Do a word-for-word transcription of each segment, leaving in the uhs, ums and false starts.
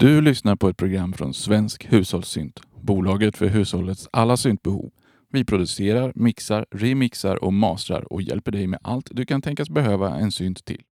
Du lyssnar på ett program från Svensk Hushållssynt, bolaget för hushållets alla syntbehov. Vi producerar, mixar, remixar och mastrar och hjälper dig med allt du kan tänkas behöva en synt till.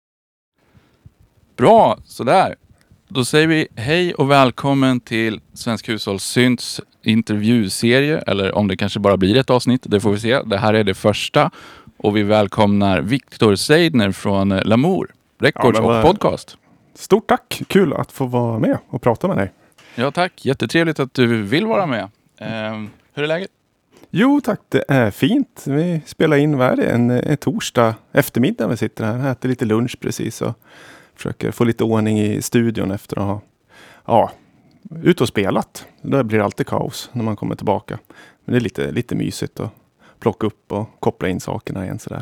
Bra, sådär. Då säger vi hej och välkommen till Svensk Hushållssynts intervjuserie, eller om det kanske bara blir ett avsnitt, det får vi se. Det här är det första och vi välkomnar Viktor Seidner från Lamour Records ja, och podcast. Stort tack, kul att få vara med och prata med dig. Ja tack, jättetrevligt att du vill vara med. Eh, hur är läget? Jo tack, det är fint. Vi spelar in, vad är det, en, en torsdag eftermiddag vi sitter här. Äter lite lunch precis och försöker få lite ordning i studion efter att ha ja, ut och spelat. Det blir alltid kaos när man kommer tillbaka. Men det är lite, lite mysigt att plocka upp och koppla in sakerna igen sådär.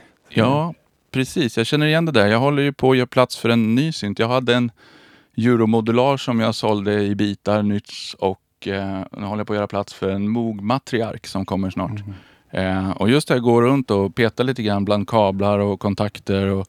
Ja, precis. Jag känner igen det där. Jag håller ju på att göra plats för en ny synt. Jag hade en Euromodular som jag sålde i bitar nytt och eh, nu håller jag på att göra plats för en Moog Matriark som kommer snart. Mm. Eh, och just det, jag går runt och petar lite grann bland kablar och kontakter och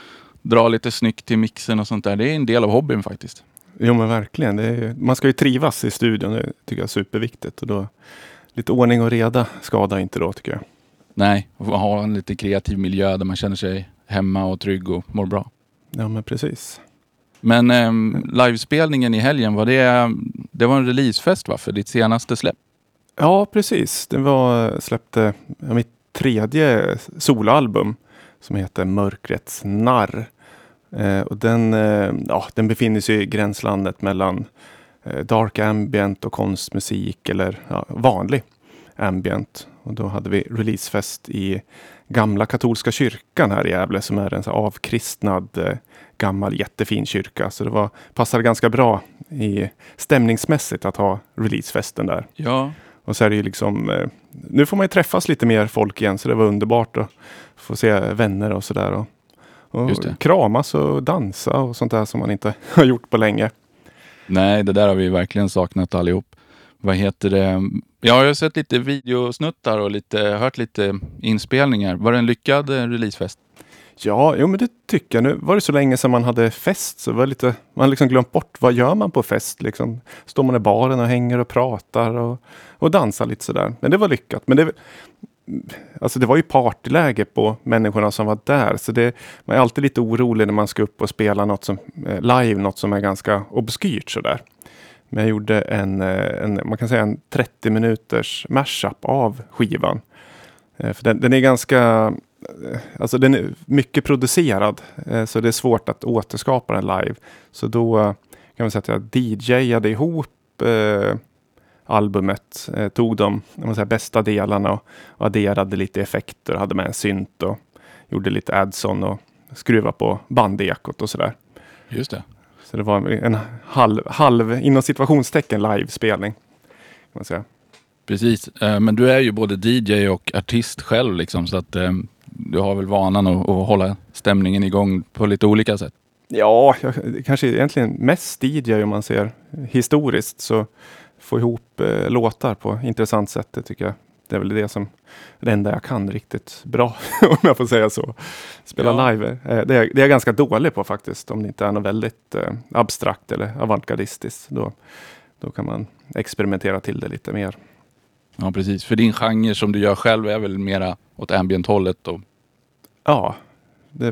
dra lite snyggt till mixen och sånt där. Det är en del av hobbyn faktiskt. Jo men verkligen. Det är, man ska ju trivas i studion. Det tycker jag är superviktigt. Och då, lite ordning och reda skadar inte då tycker jag. Nej, och ha en lite kreativ miljö där man känner sig hemma och trygg och mår bra. Ja men precis. Men eh, livespelningen i helgen, var det, det var en releasefest va? För ditt senaste släpp? Ja precis. Det var släppte ja, mitt tredje soloalbum som heter Mörkrets narr. Eh, och den, eh, ja, den befinner sig i gränslandet mellan eh, dark ambient och konstmusik eller ja, vanlig ambient. Och då hade vi releasefest i gamla katolska kyrkan här i Gävle som är en så avkristnad eh, gammal jättefin kyrka. Så det var, passade ganska bra i stämningsmässigt att ha releasefesten där. Ja. Och så är det ju liksom, eh, nu får man ju träffas lite mer folk igen så det var underbart att få se vänner och sådär. Och, och kramas och dansa och sånt där som man inte har gjort på länge. Nej, det där har vi verkligen saknat allihop. Vad heter det? Jag har ju sett lite videosnuttar och lite, hört lite inspelningar. Var det en lyckad releasefest? Ja, jo men det tycker jag. Nu var det så länge sedan man hade fest så var lite, man har liksom glömt bort vad gör man på fest liksom. Står man i baren och hänger och pratar och, och dansar lite sådär. Men det var lyckat. Men det, alltså det var ju partyläge på människorna som var där. Så det, man är alltid lite orolig när man ska upp och spela något som, live, något som är ganska obskyrt sådär. Men jag gjorde en, en, man kan säga en trettio minuters mashup av skivan. För den, den är ganska, alltså den är mycket producerad. Så det är svårt att återskapa den live. Så då kan man säga att jag D J:ade ihop eh, albumet. Eh, tog de man säger, bästa delarna och, och adderade lite effekter. Hade med en synt och gjorde lite adson och skruva på bandekot och sådär. Just det. Så det var en halv, halv inom situationstecken live-spelning. Kan man säga. Precis, men du är ju både D J och artist själv liksom, så att du har väl vanan att, att hålla stämningen igång på lite olika sätt. Ja, jag, kanske egentligen mest D J om man ser historiskt så få ihop eh, låtar på intressant sätt, det tycker jag. Det är väl det som det enda jag kan riktigt bra, om jag får säga så. Spela ja. live, eh, det, är, det är jag ganska dålig på faktiskt, om det inte är något väldigt eh, abstrakt eller avantgardistiskt. Då, då kan man experimentera till det lite mer. Ja, precis. För din genre som du gör själv är väl mera åt ambient-hållet? Och... Ja, det,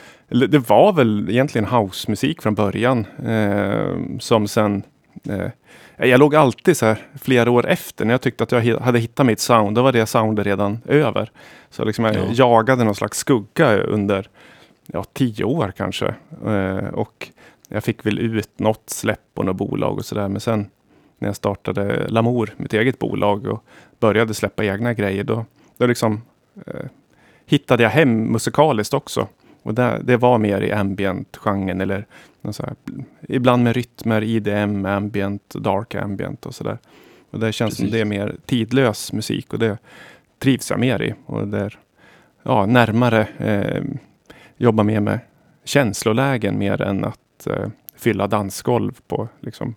det var väl egentligen housemusik från början. Eh, som sen... Eh, jag låg alltid så här flera år efter när jag tyckte att jag hade hittat mitt sound. Då var det soundet redan över. Så liksom jag ja. jagade någon slags skugga under ja, tio år kanske. Eh, och jag fick väl ut något släpp på något bolag och sådär. Men sen när jag startade Lamour, mitt eget bolag och började släppa egna grejer. Då, då liksom eh, hittade jag hem musikaliskt också. Och det, det var mer i ambient-genren eller så här, ibland med rytmer, I D M, ambient, dark ambient och sådär. Och det känns Precis. som det är mer tidlös musik och det trivs jag mer i. Och det är ja, närmare eh, jobba mer med känslolägen mer än att eh, fylla dansgolv på liksom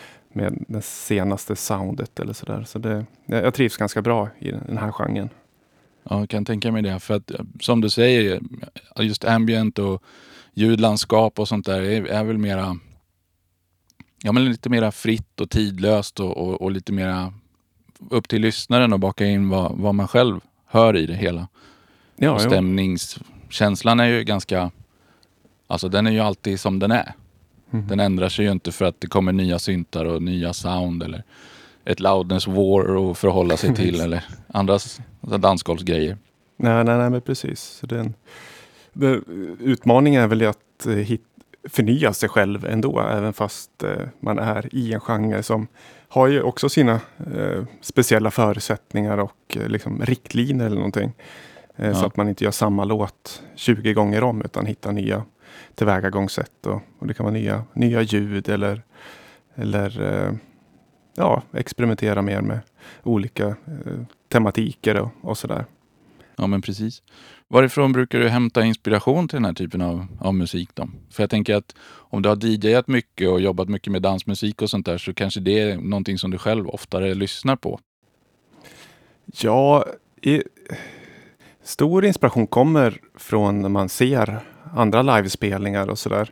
med det senaste soundet eller sådär. Så det, jag trivs ganska bra i den här genren. Ja, jag kan tänka mig det. För att som du säger, just ambient och ljudlandskap och sånt där är, är väl mera ja, men lite mera fritt och tidlöst och, och, och lite mera upp till lyssnaren och baka in vad, vad man själv hör i det hela. Ja, och jo. stämningskänslan är ju ganska, alltså den är ju alltid som den är. Mm. Den ändrar sig ju inte för att det kommer nya syntar och nya sound eller ett loudness war att förhålla sig till eller andra s- dansgolvsgrejer. Nej, nej, nej, men precis. Så den, det, utmaningen är väl att eh, hit, förnya sig själv ändå, även fast eh, man är i en genre som har ju också sina eh, speciella förutsättningar och eh, liksom riktlinjer eller någonting. Eh, Ja. Så att man inte gör samma låt tjugo gånger om utan hittar nya tillvägagångssätt och, och det kan vara nya, nya ljud eller, eller eh, ja, experimentera mer med olika eh, tematiker och, och sådär. Ja, men precis. Varifrån brukar du hämta inspiration till den här typen av, av musik då? För jag tänker att om du har D Jat mycket och jobbat mycket med dansmusik och sånt där så kanske det är någonting som du själv oftare lyssnar på. Ja, i, stor inspiration kommer från när man ser andra livespelningar och sådär.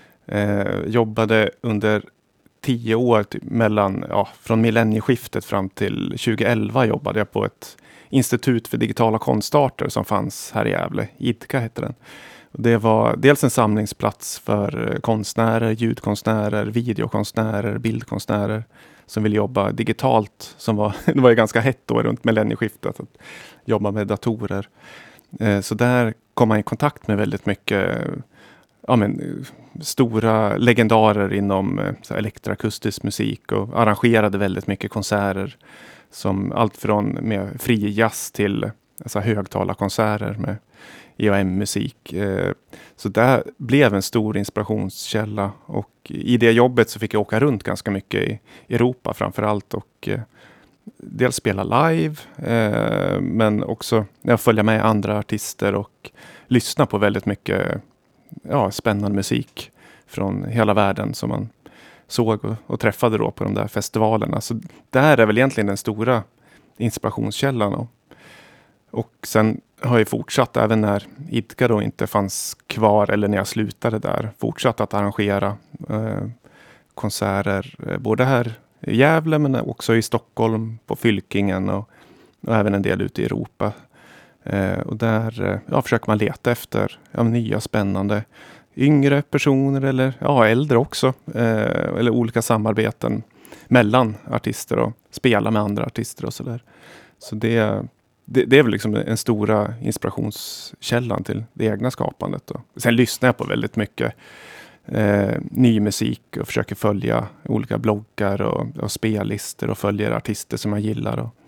Eh, jobbade under tio år typ, mellan, ja, från millennieskiftet fram till tjugoelva jobbade jag på ett institut för digitala konstarter som fanns här i Gävle. I D K A hette den. Det var dels en samlingsplats för konstnärer, ljudkonstnärer, videokonstnärer, bildkonstnärer som vill jobba digitalt. Som var, det var ju ganska hett då runt millennieskiftet att jobba med datorer. Eh, så där kom man i kontakt med väldigt mycket ja, men, stora legendarer inom eh, så här elektroakustisk musik och arrangerade väldigt mycket konserter. Som allt från med fri jazz till alltså, högtalarkonserter med E A M-musik. Eh, så det blev en stor inspirationskälla och i det jobbet så fick jag åka runt ganska mycket i Europa framförallt och eh, dels spela live eh, men också jag följa med andra artister och lyssna på väldigt mycket ja, spännande musik från hela världen som man såg och, och träffade då på de där festivalerna. Så det här är väl egentligen den stora inspirationskällan. Och, och sen har jag fortsatt även när I D K A då inte fanns kvar eller när jag slutade där. Fortsatt att arrangera eh, konserter eh, både här i Gävle men också i Stockholm på Fylkingen och, och även en del ute i Europa. Eh, och där eh, ja, försöker man leta efter ja, nya spännande yngre personer eller ja, äldre också. Eh, eller olika samarbeten mellan artister och spela med andra artister och sådär. Så det, det, det är väl liksom den stora inspirationskällan till det egna skapandet. Då. Sen lyssnar jag på väldigt mycket eh, ny musik och försöker följa olika bloggar och, och spellistor och följer artister som jag gillar. Och,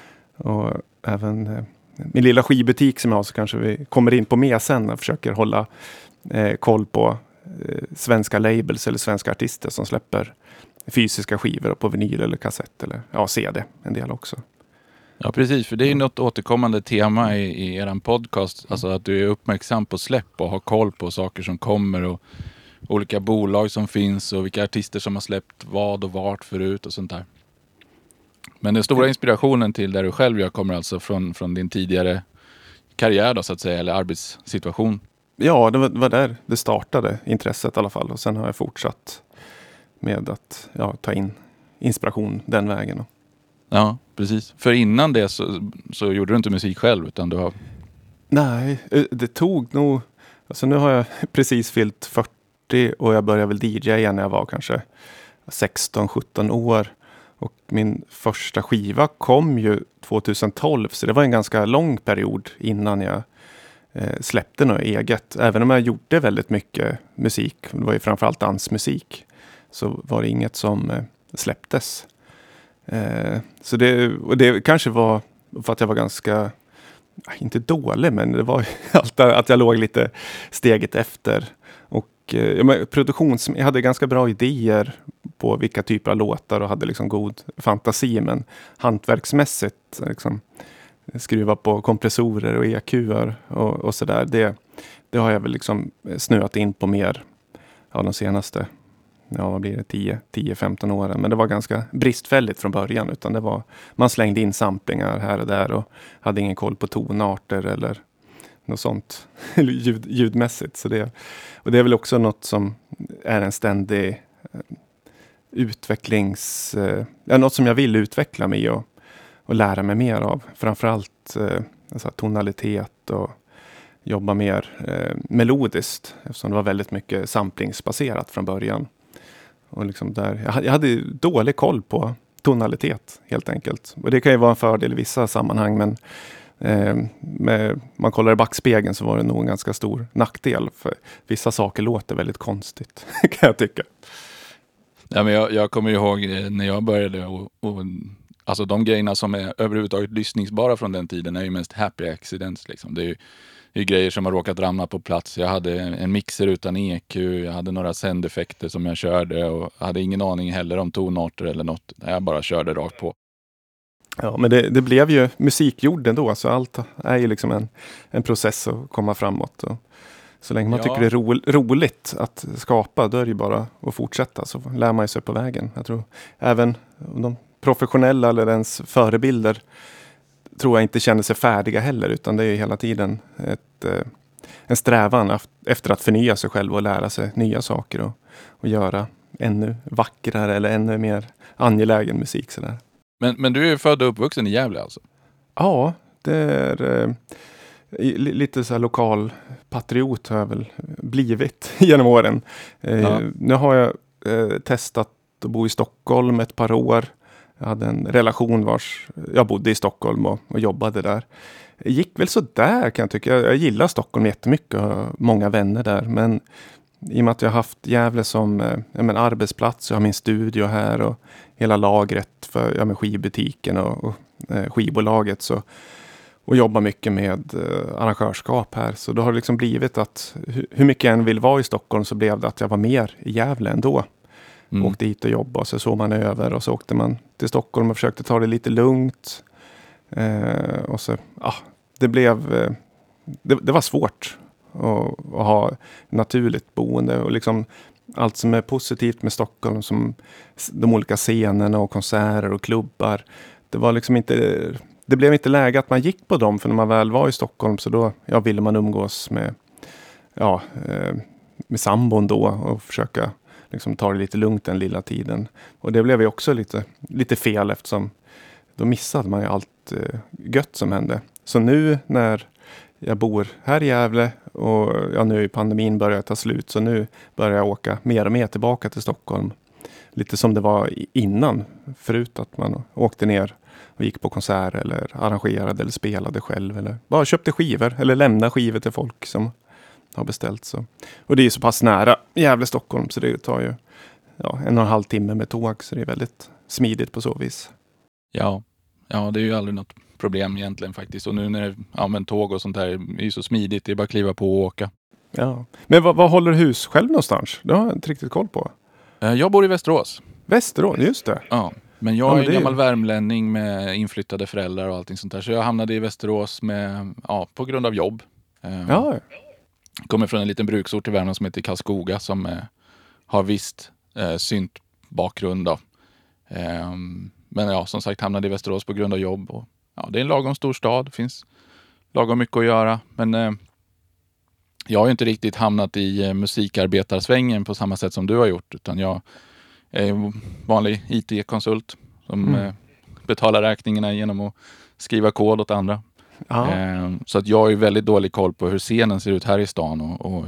och även eh, min lilla skivbutik som jag har så kanske vi kommer in på mer sen och försöker hålla eh, koll på eh, svenska labels eller svenska artister som släpper fysiska skivor på vinyl eller kassett eller ja, C D en del också. Ja, precis. För det är ju något återkommande tema i, i er podcast. Alltså att du är uppmärksam på släpp och har koll på saker som kommer och olika bolag som finns och vilka artister som har släppt vad och vart förut och sånt där. Men den stora inspirationen till där du själv gör kommer alltså från, från din tidigare karriär då så att säga, eller arbetssituation. Ja, det var, det var där det startade, intresset i alla fall. Och sen har jag fortsatt med att ja, ta in inspiration den vägen. Ja, precis. För innan det så, så gjorde du inte musik själv utan du har... Nej, det tog nog... Alltså nu har jag precis fyllt fyrtio och jag började väl D J när jag var kanske sexton sjutton år. Och min första skiva kom ju tjugohundratolv så det var en ganska lång period innan jag eh, släppte något eget. Även om jag gjorde väldigt mycket musik, det var ju framförallt dansmusik, så var det inget som eh, släpptes. Eh, så det, och det kanske var för att jag var ganska, inte dålig, men det var alltid att jag låg lite steget efter. Och eh, ja, produktions, jag hade ganska bra idéer på vilka typer av låtar och hade liksom god fantasi, men hantverksmässigt liksom, skruva på kompressorer och E Q:ar och, och sådär, det, det har jag väl liksom snöat in på mer av de senaste ja, vad blir det, tio till femton åren. Men det var ganska bristfälligt från början, utan det var, man slängde in samplingar här och där och hade ingen koll på tonarter eller något sånt ljud, ljudmässigt. Så det, och det är väl också något som är en ständig utvecklings... Eh, ja, något som jag vill utveckla mig och, och lära mig mer av. Framförallt eh, alltså tonalitet och jobba mer eh, melodiskt. Eftersom det var väldigt mycket samplingsbaserat från början. Och liksom där, jag, hade, jag hade dålig koll på tonalitet helt enkelt. Och det kan ju vara en fördel i vissa sammanhang, men eh, med, man kollar i backspegeln så var det nog en ganska stor nackdel. För vissa saker låter väldigt konstigt, kan jag tycka. Ja, men jag, jag kommer ihåg när jag började och, och alltså de grejerna som är överhuvudtaget lyssningsbara från den tiden är ju mest happy accidents liksom. Det är ju det är grejer som har råkat ramla på plats. Jag hade en mixer utan E Q, jag hade några sändeffekter som jag körde och hade ingen aning heller om tonarter eller något. Jag bara körde rakt på. Ja, men det, det blev ju musikjord ändå, så allt är ju liksom en, en process att komma framåt. Och så länge man Ja. tycker det är ro, roligt att skapa, då är det ju bara att fortsätta, så lär man sig på vägen. Jag tror även de professionella eller ens förebilder tror jag inte känner sig färdiga heller, utan det är ju hela tiden ett, eh, en strävan efter att förnya sig själv och lära sig nya saker och, och göra ännu vackrare eller ännu mer angelägen musik. Sådär. Men, men du är född och uppvuxen i Gävle alltså? Ja, det är eh, lite så här lokal patriot har jag väl blivit genom åren. Eh, Ja. Nu har jag eh, testat att bo i Stockholm ett par år. Jag hade en relation vars jag bodde i Stockholm och, och jobbade där. Det gick väl så där kan jag tycka. Jag, jag gillar Stockholm jättemycket och har många vänner där. Men i och med att jag har haft Gävle som eh, ja, men arbetsplats, jag har min studio här och hela lagret för ja, men skivbutiken och, och eh, skivbolaget så, och jobbar mycket med eh, arrangörskap här. Så då har det liksom blivit att hu- hur mycket jag än vill vara i Stockholm så blev det att jag var mer i Gävle ändå. Mm. Åkte hit och jobbade och så såg man över och så åkte man till Stockholm och försökte ta det lite lugnt. Eh, och så, ah, det blev, eh, det, det var svårt att, att ha naturligt boende och liksom allt som är positivt med Stockholm som de olika scenerna och konserter och klubbar. Det var liksom inte, det blev inte läge att man gick på dem för när man väl var i Stockholm så då ja, ville man umgås med, ja, eh, med sambon då och försöka liksom ta det lite lugnt den lilla tiden. Och det blev ju också lite, lite fel eftersom då missade man ju allt eh, gött som hände. Så nu när jag bor här i Gävle och ja, nu är pandemin börjat ta slut så nu börjar jag åka mer och mer tillbaka till Stockholm. Lite som det var innan. Förut att man åkte ner och gick på konsert eller arrangerade eller spelade själv eller bara köpte skivor eller lämnade skivor till folk som har beställt. Så. Och det är så pass nära Gävle Stockholm så det tar ju ja, en och en halv timme med tåg så det är väldigt smidigt på så vis. Ja, ja det är ju aldrig något problem egentligen faktiskt. Och nu när det ja, men tåg och sånt här är ju så smidigt, det är bara att kliva på och åka. Ja. Men vad, vad håller hus själv någonstans? Det har jag inte riktigt koll på. Jag bor i Västerås. Västerås, just det. Ja, men jag Ja, men är en det är- gammal värmlänning med inflyttade föräldrar och allting sånt där. Så jag hamnade i Västerås med, ja, på grund av jobb. Eh, Ja, Kommer från en liten bruksort i Värmland som heter Karlskoga som eh, har visst eh, synt bakgrund då. Eh, men ja, som sagt hamnade i Västerås på grund av jobb. Och, ja, det är en lagom stor stad, det finns lagom mycket att göra. Men eh, jag har ju inte riktigt hamnat i eh, musikarbetarsvängen på samma sätt som du har gjort. Utan jag är en vanlig I T-konsult som Mm. eh, betalar räkningarna genom att skriva kod åt andra. ja. Eh, så att jag har ju väldigt dålig koll på hur scenen ser ut här i stan och, och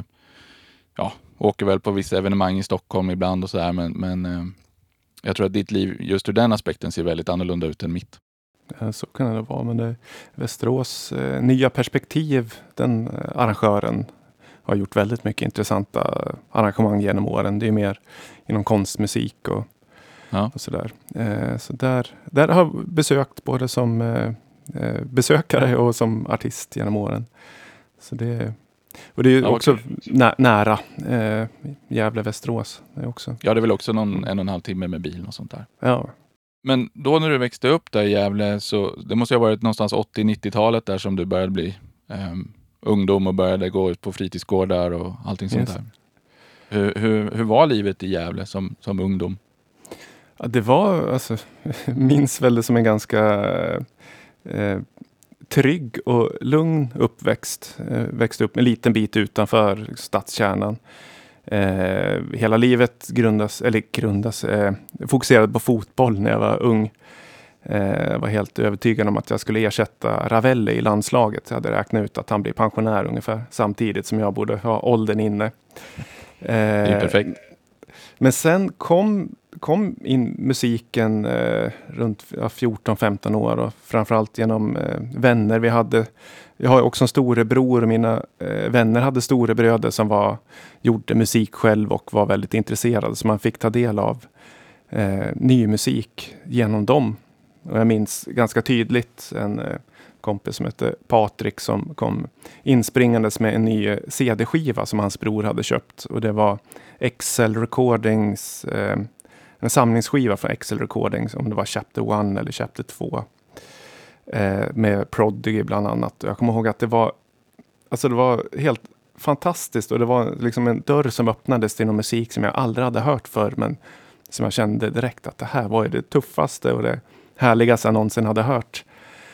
ja, åker väl på vissa evenemang i Stockholm ibland och sådär. Men, men eh, jag tror att ditt liv just ur den aspekten ser väldigt annorlunda ut än mitt. Ja, så kan det vara. Men det, Västerås eh, nya perspektiv, den eh, arrangören har gjort väldigt mycket intressanta arrangemang genom åren. Det är mer inom konstmusik och, Ja. och sådär. Eh, så där, där har jag besökt både som eh, eh, besökare och som artist genom åren. Så det, och det är Ja, också okej. nä, nära eh, Gävle-Västerås. Det är också. Ja, det är väl också någon en och en halv timme med bil och sånt där. Ja. Men då när du växte upp där i Gävle så det måste ju ha varit någonstans åttio-nittiotalet där som du började bli eh, ungdom och började gå ut på fritidsgårdar och allting sånt Just. där. Hur, hur, hur var livet i Gävle som, som ungdom? Ja, det var, alltså, minns väl det som en ganska eh, trygg och lugn uppväxt. Eh, växte upp en liten bit utanför stadskärnan. Eh, hela livet grundas, eller grundas, eh, fokuserade på fotboll när jag var ung. Jag var helt övertygad om att jag skulle ersätta Ravelli i landslaget. Jag hade räknat ut att han blir pensionär ungefär samtidigt som jag borde ha åldern inne. Det är perfekt. Men sen kom, kom in musiken eh, runt fjorton femton år och framförallt genom eh, vänner vi hade. Jag har också en storebror och mina eh, vänner hade storebröder som var, gjorde musik själv och var väldigt intresserade. Så man fick ta del av eh, ny musik genom dem. Och jag minns ganska tydligt en eh, kompis som hette Patrik som kom inspringandes med en ny C D-skiva som hans bror hade köpt. Och det var Excel Recordings, eh, en samlingsskiva från Excel Recordings, om det var Chapter ett eller Chapter två. Eh, med Prodigy bland annat. Och jag kommer ihåg att det var, alltså det var helt fantastiskt och det var liksom en dörr som öppnades till någon musik som jag aldrig hade hört förr, men som jag kände direkt att det här var det tuffaste och det härligaste jag någonsin hade hört.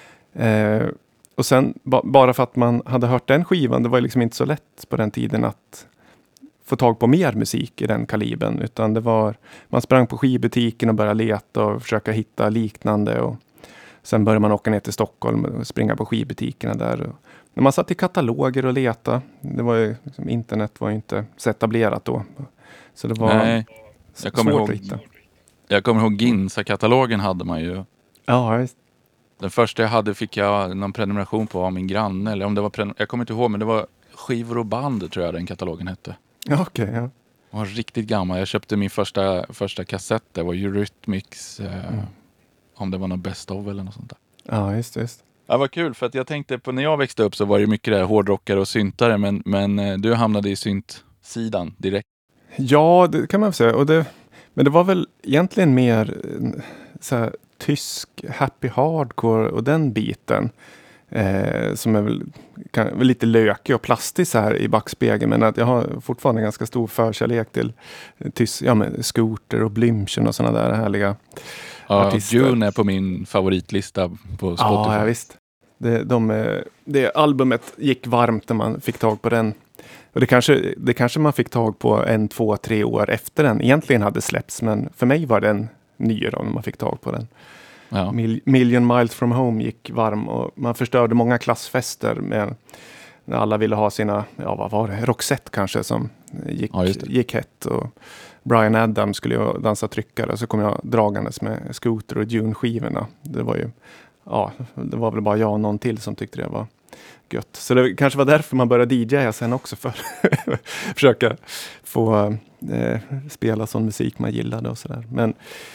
Eh, och sen ba- bara för att man hade hört den skivan, det var liksom inte så lätt på den tiden att få tag på mer musik i den kalibern, utan det var, man sprang på skivbutiken och började leta och försöka hitta liknande, och sen började man åka ner till Stockholm och springa på skivbutikerna där. Och när man satt i kataloger och leta, det var ju liksom, internet var ju inte så etablerat då. Så det var Nej, jag kommer svårt ihåg, att hitta. Jag kommer ihåg Ginsa-katalogen hade man ju. Ja, just. Den första jag hade fick jag någon prenumeration på av min granne. Eller om det var prenum- jag kommer inte ihåg, men det var Skivor och band tror jag den katalogen hette. Ja, okej. Okay, ja. Den var riktigt gammal. Jag köpte min första, första kassett. Det var Eurythmics. Eh, mm. Om det var någon best of eller något sånt där. Ja, just just. Ja, vad kul. För att jag tänkte på när jag växte upp så var det mycket där hårdrockare och syntare. Men, men du hamnade i syntsidan direkt. Ja, det kan man säga. Och det, men det var väl egentligen mer så här, tysk happy hardcore och den biten. Eh, som är väl, kan, väl lite lökig och plastig så här i backspegeln. Men att jag har fortfarande ganska stor förkärlek till tysk, ja, men Scooter och Blümchen och sådana där härliga ja, artister. Dune är på min favoritlista på Spotify. Ja, visst. Det, de, det albumet gick varmt när man fick tag på den. Och det kanske, det kanske man fick tag på en, två, tre år efter den egentligen hade släppts. Men för mig var den ny då när man fick tag på den. Ja. Mil, Million Miles From Home gick varm och man förstörde många klassfester med, när alla ville ha sina, ja vad var det, Roxette kanske som gick, ja, gick hett, och Bryan Adams skulle ju dansa tryckare, och så kom jag dragandes med Scooter och Dune-skivorna. Det var ju, ja, det var väl bara jag och någon till som tyckte det var gött. Så det kanske var därför man började D J:a sen också, för att försöka få eh, spela sån musik man gillade och sådär. Men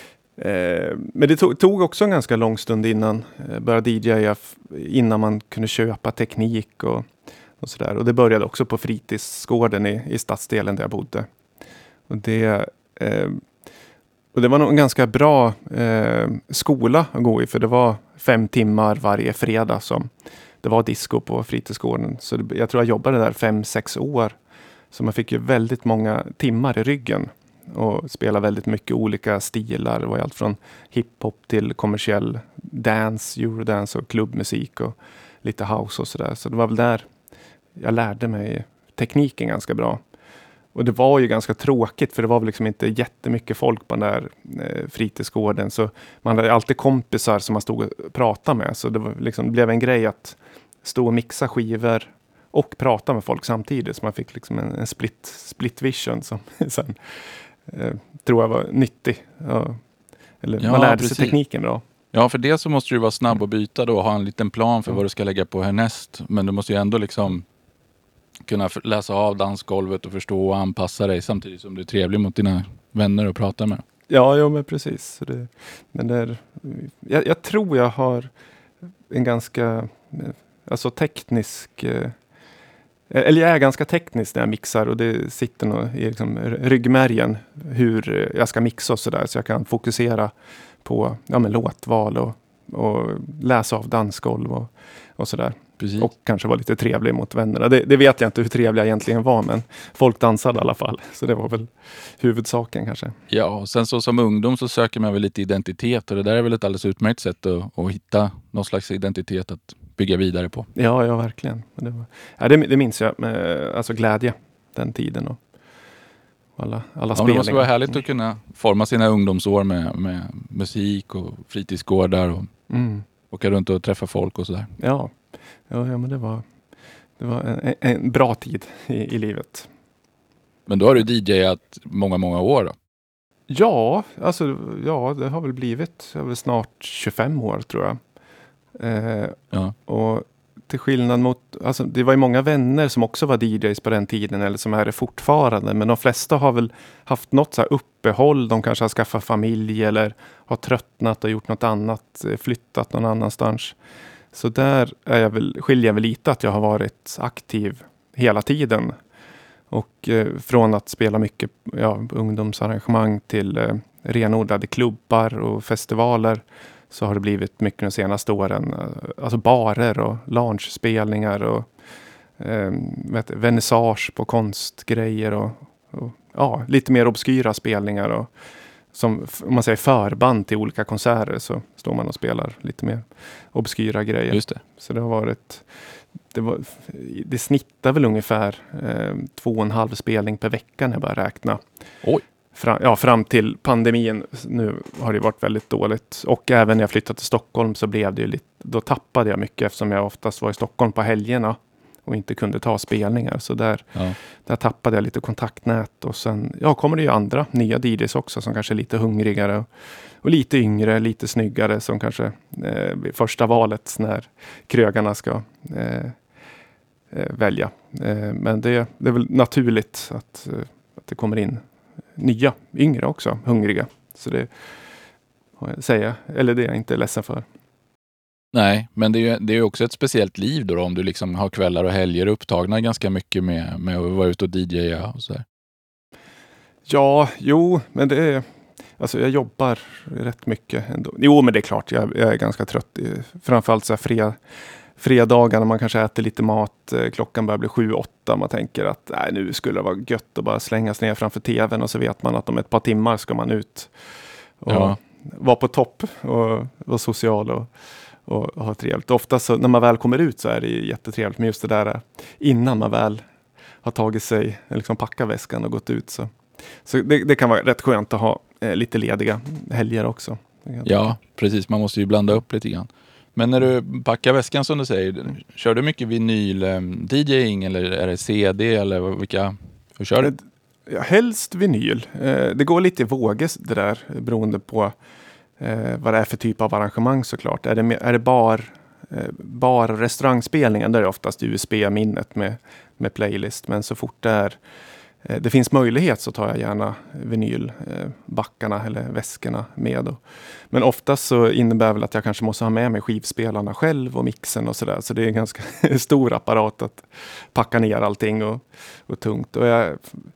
Eh, men det tog, tog också en ganska lång stund innan eh, började D J:a, innan man kunde köpa teknik och, och sådär. Och det började också på fritidsgården i, i stadsdelen där jag bodde. Och det, eh, och det var nog en ganska bra eh, skola att gå i, för det var fem timmar varje fredag som det var disco på fritidsgården. Så det, jag tror jag jobbade där fem, sex år. Så man fick ju väldigt många timmar i ryggen. Och spela väldigt mycket olika stilar. Det var allt från hiphop till kommersiell dance, eurodance och klubbmusik och lite house och sådär. Så det var väl där jag lärde mig tekniken ganska bra. Och det var ju ganska tråkigt, för det var väl liksom inte jättemycket folk på den där eh, fritidsgården. Så man hade alltid kompisar som man stod och pratade med. Så det, var liksom, det blev en grej att stå och mixa skivor och prata med folk samtidigt. Så man fick liksom en, en split, split vision som sen eh, tror jag var nyttig. Ja, eller ja, man lärde precis. sig tekniken bra. Ja, för det så måste du vara snabb och byta då och ha en liten plan för mm. vad du ska lägga på härnäst. Men du måste ju ändå liksom kunna läsa av dansgolvet och förstå och anpassa dig samtidigt som du är trevlig mot dina vänner och pratar med. Ja, jo, men precis. Det, men det är, jag, jag tror jag har en ganska alltså teknisk eh, eller jag är ganska teknisk när jag mixar, och det sitter nog i liksom ryggmärgen hur jag ska mixa och sådär, så jag kan fokusera på ja, men låtval och, och läsa av dansgolv och, och sådär. Precis. Och kanske vara lite trevlig mot vännerna. Det, det vet jag inte hur trevlig jag egentligen var, men folk dansade i alla fall. Så det var väl huvudsaken kanske. Ja, och sen så som ungdom så söker man väl lite identitet, och det där är väl ett alldeles utmärkt sätt att, att hitta någon slags identitet att bygga vidare på. Ja, ja verkligen. Det, var, ja, det, det minns jag med alltså glädje den tiden. Och, Alla, alla Ja, det spelningar. måste vara härligt att kunna forma sina ungdomsår med, med musik och fritidsgårdar och Mm. åka runt och träffa folk och sådär. Ja. Ja, ja, men det var, det var en, en bra tid i, i livet. Men då har du D Jat många, många år då? Ja, alltså ja, det har väl blivit jag väl snart tjugofem år tror jag. Eh, Ja. Och till skillnad mot, alltså det var ju många vänner som också var D Js på den tiden eller som är det fortfarande. Men de flesta har väl haft något så här uppehåll. De kanske har skaffat familj eller har tröttnat och gjort något annat, flyttat någon annanstans. Så där är jag väl, skiljer jag väl lite att jag har varit aktiv hela tiden. Och eh, från att spela mycket ja, ungdomsarrangemang till eh, renodlade klubbar och festivaler så har det blivit mycket de senaste åren. Alltså barer och loungespelningar och eh, vet, vernissage på konstgrejer och, och ja, lite mer obskyra spelningar. Och, som om man säger förband till olika konserter så står man och spelar lite mer obskyra grejer. Just det. Så det har varit, det, var, det snittar väl ungefär eh, två och en halv spelning per vecka när jag börjar räkna. Oj. Fram, ja, fram till pandemin. Nu har det varit väldigt dåligt. Och även när jag flyttade till Stockholm så blev det ju lite, då tappade jag mycket eftersom jag oftast var i Stockholm på helgerna och inte kunde ta spelningar. Så där, Ja. där tappade jag lite kontaktnät. Och sen ja, kommer det ju andra nya D Js också som kanske är lite hungrigare och, och lite yngre, lite snyggare som kanske eh, blir första valet när krögarna ska eh, eh, välja. Eh, men det, det är väl naturligt att, eh, att det kommer in nya, yngre också, hungriga. Så det säger eller det är jag inte ledsen för. Nej, men det är ju det är också ett speciellt liv då, då om du liksom har kvällar och helger upptagna ganska mycket med, med att vara ute och D J och så där. Ja, jo, men det är alltså jag jobbar rätt mycket ändå. Jo, men det är klart, jag, jag är ganska trött. Framförallt så här fred, fredagar när man kanske äter lite mat. Klockan börjar bli sju, åtta. Man tänker att nej, nu skulle det vara gött att bara slängas ner framför tvn och så vet man att om ett par timmar ska man ut och Ja. vara på topp och vara social och, och ha trevligt. Ofta så när man väl kommer ut så är det jättetrevligt, men just det där innan man väl har tagit sig, liksom packat väskan och gått ut så. Så det, det kan vara rätt skönt att ha eh, lite lediga helger också. Ja, precis. Man måste ju blanda upp lite grann. Men när du packar väskan som du säger, kör du mycket vinyl-DJing eller är det C D eller vilka, hur kör du? Ja, helst vinyl. Eh, det går lite i vågor det där beroende på eh, vad det är för typ av arrangemang såklart. Är det, är det bar, eh, bar och restaurangspelningar där är det oftast U S B-minnet med, med playlist. Men så fort det är det finns möjlighet så tar jag gärna vinylbackarna eller väskorna med. Då. Men oftast så innebär väl att jag kanske måste ha med mig skivspelarna själv och mixen och sådär. Så det är en ganska stor apparat att packa ner allting och, och tungt. Och jag,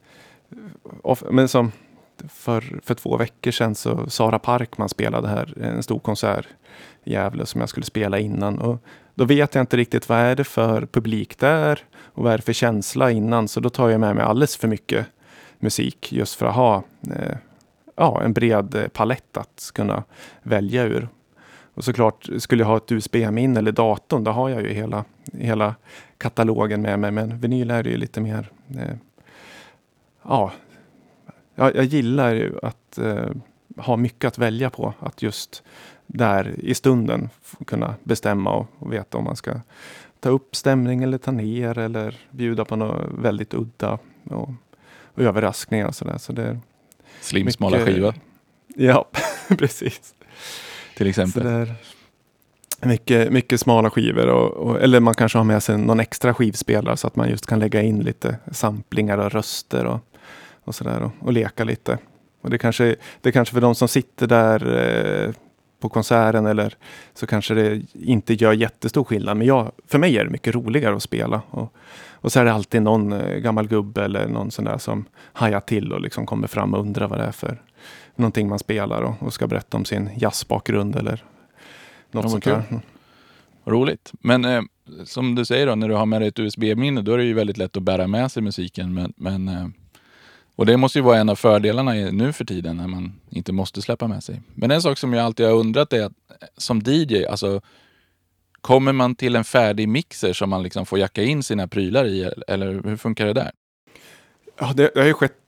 men som för, för två veckor sedan så Sara Parkman spelade här en stor konsert i Gävle som jag skulle spela innan. Och då vet jag inte riktigt vad är det för publik där och vad är det för känsla innan. Så då tar jag med mig alldeles för mycket musik just för att ha eh, ja, en bred palett att kunna välja ur. Och såklart skulle jag ha ett U S B-minne eller datorn, då har jag ju hela, hela katalogen med mig. Men vinyl är ju lite mer eh, ja, jag, jag gillar ju att eh, ha mycket att välja på. Att just där i stunden kunna bestämma och, och veta om man ska ta upp stämning eller ta ner eller bjuda på något väldigt udda och, och överraskningar och sådär. Så det är Slim, mycket, smala skiva. Ja, precis. Till exempel. Så det är mycket, mycket smala skivor och, och, eller man kanske har med sig någon extra skivspelare så att man just kan lägga in lite samplingar och röster och, och sådär och, och leka lite. Och det kanske, det kanske för de som sitter där eh, på konserten eller så kanske det inte gör jättestor skillnad. Men jag, för mig är det mycket roligare att spela. Och, och så är det alltid någon eh, gammal gubbe eller någon sån där som hajar till och liksom kommer fram och undrar vad det är för någonting man spelar och, och ska berätta om sin jazzbakgrund eller något Ja, sånt kul. där. Roligt. Men eh, som du säger då, när du har med dig ett U S B-minne då är det ju väldigt lätt att bära med sig musiken. Men, men, eh, och det måste ju vara en av fördelarna i, nu för tiden när man inte måste släppa med sig. Men en sak som jag alltid har undrat är att som D J, alltså kommer man till en färdig mixer som man liksom får jacka in sina prylar i eller hur funkar det där? Ja, det, det har ju skett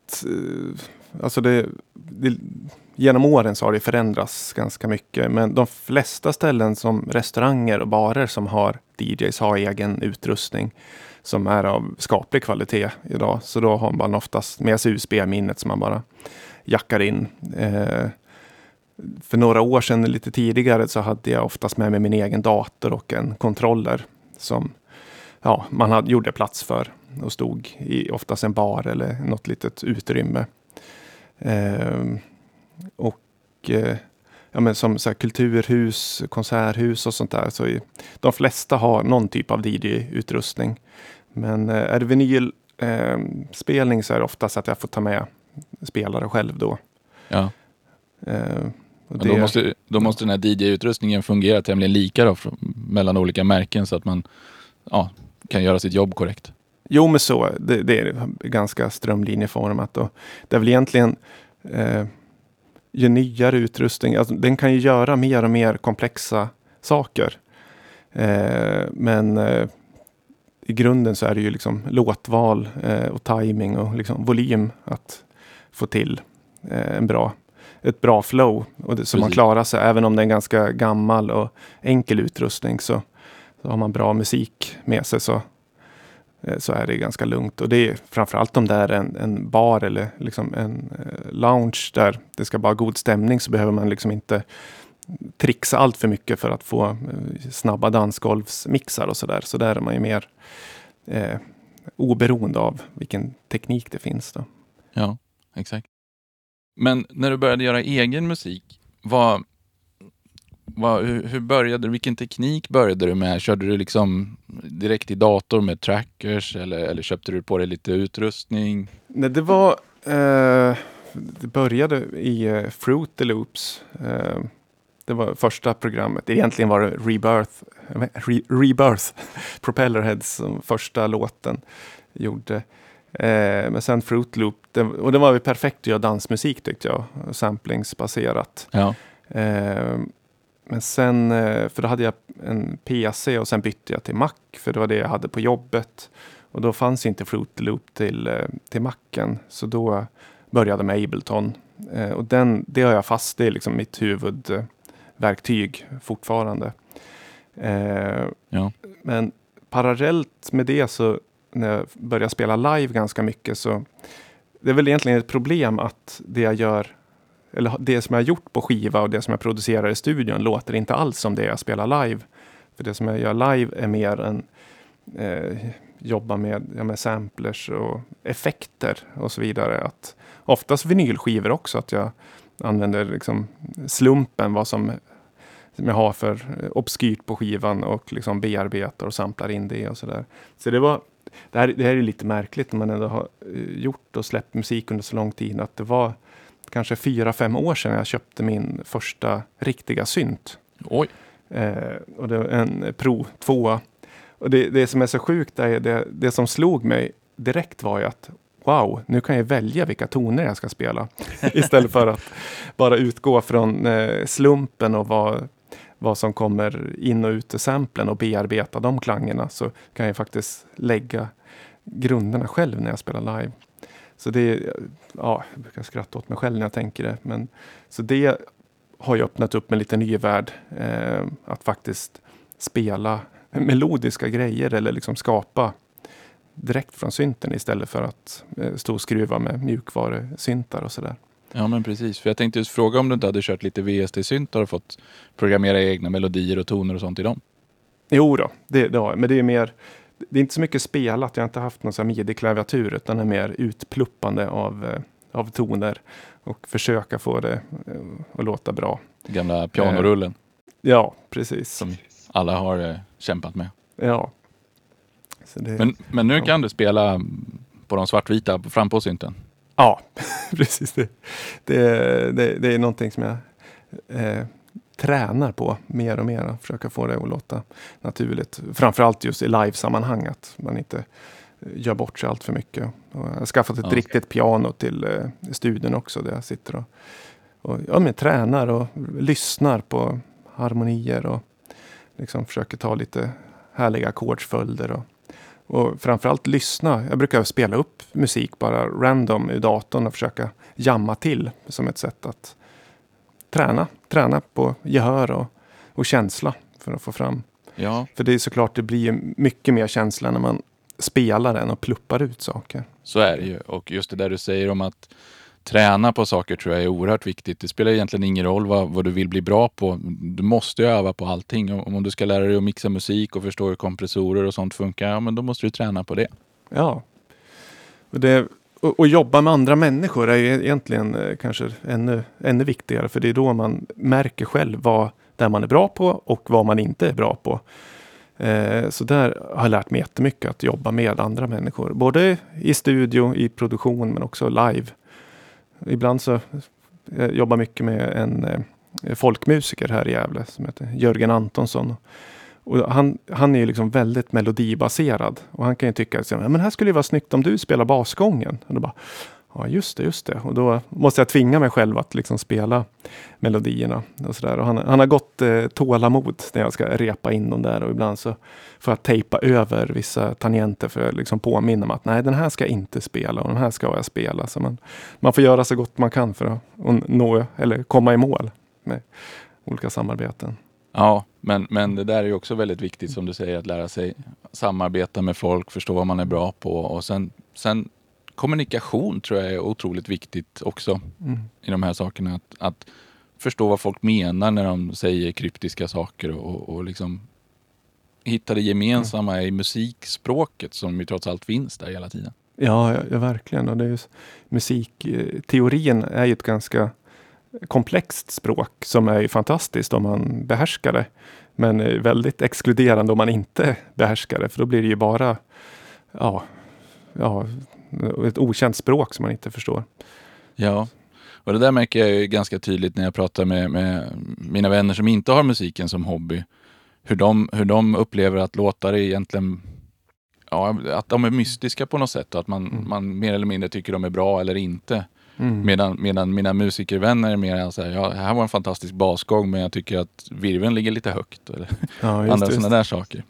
att eh, alltså det, det, genom åren så har det förändrats ganska mycket. Men de flesta ställen som restauranger och barer som har D Js har egen utrustning som är av skaplig kvalitet idag. Så då har man oftast med sig U S B-minnet som man bara jackar in. Eh, för några år sedan, lite tidigare, så hade jag oftast med mig min egen dator och en kontroller som ja, man hade, gjorde plats för och stod i oftast en bar eller något litet utrymme. Eh, och eh, ja, men som så här, kulturhus, konserthus och sånt där. Så i, de flesta har någon typ av D J-utrustning. Men eh, är det vinylspelning eh, så är det oftast att jag får ta med spelare själv då. Ja. Eh, och det, då, måste, då måste den här D J-utrustningen fungera tämligen lika då, för, mellan olika märken så att man ja, kan göra sitt jobb korrekt. Jo, men så. Det, det är ganska strömlinjeformat. Och det är väl egentligen eh, ju nyare utrustning. Alltså, den kan ju göra mer och mer komplexa saker. Eh, men eh, i grunden så är det ju liksom låtval eh, och timing och liksom volym att få till eh, en bra, ett bra flow. Och det, så man klarar sig, även om det är en ganska gammal och enkel utrustning, så, så har man bra musik med sig, så så är det ganska lugnt. Och det är framförallt om det är en, en bar eller liksom en eh, lounge där det ska vara god stämning, så behöver man liksom inte trixa allt för mycket för att få eh, snabba dansgolvsmixar och sådär. Så där är man ju mer eh, oberoende av vilken teknik det finns då. Ja, exakt. Men när du började göra egen musik, vad, vad, hur, hur började du? Vilken teknik började du med? Körde du liksom direkt i dator med trackers eller, eller köpte du på dig lite utrustning? Nej, det var eh, det började i eh, Fruity Loops. Eh, det var första programmet. Egentligen var det Rebirth, Re, Rebirth Propellerheads som första låten gjorde. Eh, men sen Fruit Loop, det, och det var ju perfekt att göra dansmusik tyckte jag, samplingsbaserat. Ja. Eh, men sen, eh, för då hade jag en P C och sen bytte jag till Mac, för det var det jag hade på jobbet. Och då fanns inte Fruit Loop till, eh, till Macen, så då började jag med Ableton. Eh, och den, det har jag fast, det är liksom mitt huvudverktyg fortfarande. Eh, ja. Men parallellt med det, så när jag började spela live ganska mycket, så det är väl egentligen ett problem att det jag gör, eller det som jag har gjort på skiva och det som jag producerar i studion låter inte alls som det jag spelar live. För det som jag gör live är mer än eh, jobba med, ja, med samplers och effekter och så vidare. Att, oftast vinylskivor också, att jag använder liksom slumpen, vad som, som jag har för obskyrt på skivan, och liksom bearbetar och samplar in det och sådär. Så det var Det här, det här är lite märkligt när man ändå har gjort och släppt musik under så lång tid, att det var kanske fyra, fem år sedan jag köpte min första riktiga synt. Oj. Eh, och det var en Pro två. Och det, det som är så sjukt är det, det som slog mig direkt var ju att wow, nu kan jag välja vilka toner jag ska spela. Istället för att bara utgå från eh, slumpen och vad vad som kommer in och ut i samplen och bearbeta de klangerna, så kan jag faktiskt lägga grunderna själv när jag spelar live. Så det, ja, jag brukar skratta åt mig själv när jag tänker det, men så det har ju öppnat upp en lite ny värld, eh, att faktiskt spela melodiska grejer eller liksom skapa direkt från synten istället för att eh, stå och skruva med mjukvarusyntar och sådär. Ja, men precis. För jag tänkte just fråga om du inte hade kört lite V S T-syntar och fått programmera egna melodier och toner och sånt i dem. Jo då, det, det har jag. Men det är mer, det är inte så mycket spelat. Jag har inte haft någon sån här midi-klaviatur, utan det är mer utpluppande av, av toner och försöka få det att låta bra. Gamla pianorullen. Eh, ja, precis. Som alla har eh, kämpat med. Ja. Så det, men, men nu ja. kan du spela på de svartvita fram på synten. Ja, precis. Det, det, det, det är någonting som jag eh, tränar på mer och mer. Att försöka få det att låta naturligt. Framförallt just i live-sammanhang. Att man inte gör bort sig allt för mycket. Och jag har skaffat ett ja. riktigt piano till eh, studion också. Där jag sitter och, och ja, men tränar och lyssnar på harmonier. Och liksom försöker ta lite härliga ackordsföljder. Och, Och framförallt lyssna. Jag brukar spela upp musik bara random i datorn och försöka jamma till som ett sätt att träna. Träna på gehör och, och känsla för att få fram. Ja. För det är såklart, det blir mycket mer känsla när man spelar den och pluppar ut saker. Så är det ju. Och just det där du säger om att träna på saker tror jag är oerhört viktigt. Det spelar egentligen ingen roll vad, vad du vill bli bra på. Du måste ju öva på allting. Om, om du ska lära dig att mixa musik och förstå hur kompressorer och sånt funkar, ja, men då måste du träna på det. Ja. Och, det, och, och jobba med andra människor är ju egentligen eh, kanske ännu, ännu viktigare. För det är då man märker själv vad där man är bra på och vad man inte är bra på. Eh, så där har jag lärt mig jättemycket att jobba med andra människor. Både i studio, i produktion men också live. Ibland så jag jobbar mycket med en eh, folkmusiker här i Gävle som heter Jörgen Antonsson. Och han, han är ju liksom väldigt melodibaserad. Och han kan ju tycka att men här skulle det vara snyggt om du spelar basgången. Och då bara, ja just det, just det. Och då måste jag tvinga mig själv att liksom spela melodierna. Och så där. Och han, han har gått eh, tålamod när jag ska repa in dem där. Och ibland så får jag tejpa över vissa tangenter för att liksom påminna mig att nej, den här ska jag inte spela och den här ska jag spela. Så man, man får göra så gott man kan för att nå eller komma i mål med olika samarbeten. Ja, men, men det där är ju också väldigt viktigt som du säger, att lära sig samarbeta med folk, förstå vad man är bra på och sen, sen kommunikation tror jag är otroligt viktigt också mm. i de här sakerna. Att, att förstå vad folk menar när de säger kryptiska saker och, och liksom hitta det gemensamma mm. i musikspråket som ju trots allt finns där hela tiden. Ja, ja, ja verkligen. Och det är just, musikteorin är ju ett ganska komplext språk som är ju fantastiskt om man behärskar det. Men väldigt exkluderande om man inte behärskar det. För då blir det ju bara ja, ja, ett okänt språk som man inte förstår. Ja, och det där märker jag ju ganska tydligt när jag pratar med, med mina vänner som inte har musiken som hobby. Hur de, hur de upplever att låtar är egentligen, ja, att de är mystiska på något sätt och att man, mm. man mer eller mindre tycker de är bra eller inte. Mm. Medan, medan mina musikervänner är mer så här, ja, här var en fantastisk basgång men jag tycker att virveln ligger lite högt. Eller ja, andra sådana där saker.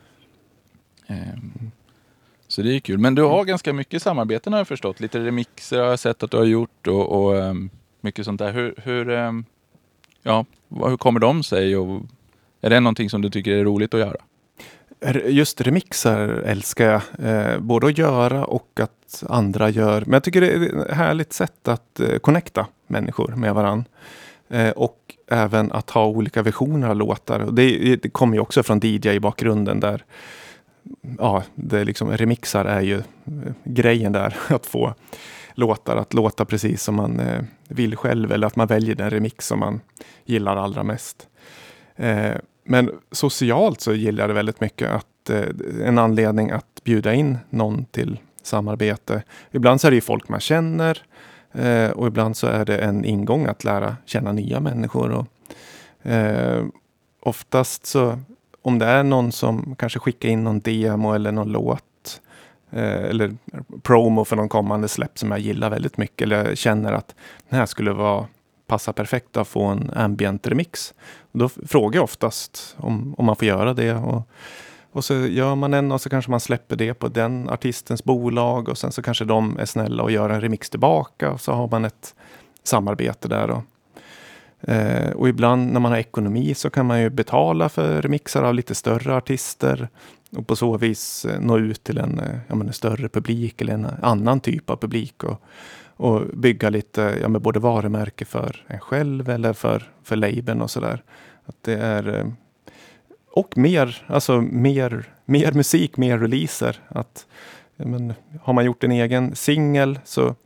Um, så det är kul. Men du har ganska mycket samarbeten har jag förstått. Lite remixer har jag sett att du har gjort och, och um, mycket sånt där. Hur, hur, um, ja, hur kommer de sig och är det någonting som du tycker är roligt att göra? Just remixar älskar jag. Eh, både att göra och att andra gör. Men jag tycker det är ett härligt sätt att eh, connecta människor med varann. Eh, och även att ha olika versioner av låtar. Och det, det kommer ju också från D J i bakgrunden där. Ja, det är liksom, remixar är ju eh, grejen där. Att få låtar att låta precis som man eh, vill själv. Eller att man väljer den remix som man gillar allra mest. Eh, Men socialt så gillar jag det väldigt mycket att eh, en anledning att bjuda in någon till samarbete. Ibland så är det ju folk man känner eh, och ibland så är det en ingång att lära känna nya människor. Och, eh, oftast så om det är någon som kanske skickar in någon demo eller någon låt eh, eller promo för någon kommande släpp som jag gillar väldigt mycket eller jag känner att den här skulle vara passa perfekt att få en ambient remix. Och då frågar jag oftast om, om man får göra det. Och, och så gör man en och så kanske man släpper det på den artistens bolag. Och sen så kanske de är snälla och gör en remix tillbaka. Och så har man ett samarbete där. Och, eh, och ibland när man har ekonomi så kan man ju betala för remixar av lite större artister. Och på så vis nå ut till en, ja, men en större publik eller en annan typ av publik. Och Och bygga lite, ja, med både varumärke för en själv eller för, för labeln och sådär. Att det är, och mer, alltså mer, mer musik, mer releaser. Att, ja, men, har man gjort en egen singel så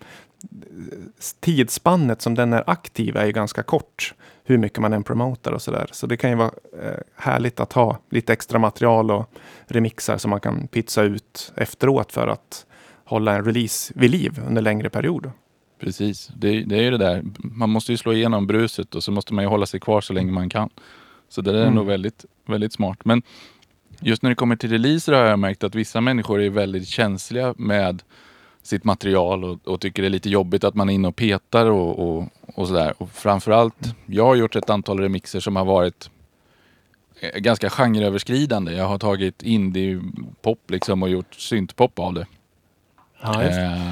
tidsspannet som den är aktiv är ju ganska kort. Hur mycket man än promotar och sådär. Så det kan ju vara eh, härligt att ha lite extra material och remixar som man kan pizza ut efteråt för att hålla en release vid liv under längre perioder. Precis, det, det är ju det där. Man måste ju slå igenom bruset och så måste man ju hålla sig kvar så länge man kan. Så det är mm. nog väldigt, väldigt smart. Men just när det kommer till releaser har jag märkt att vissa människor är väldigt känsliga med sitt material och, och tycker det är lite jobbigt att man är inne och petar och, och, och sådär. Och framförallt, jag har gjort ett antal remixer som har varit ganska genreöverskridande. Jag har tagit indie-pop liksom och gjort syntpop av det. Ja, just det. Eh,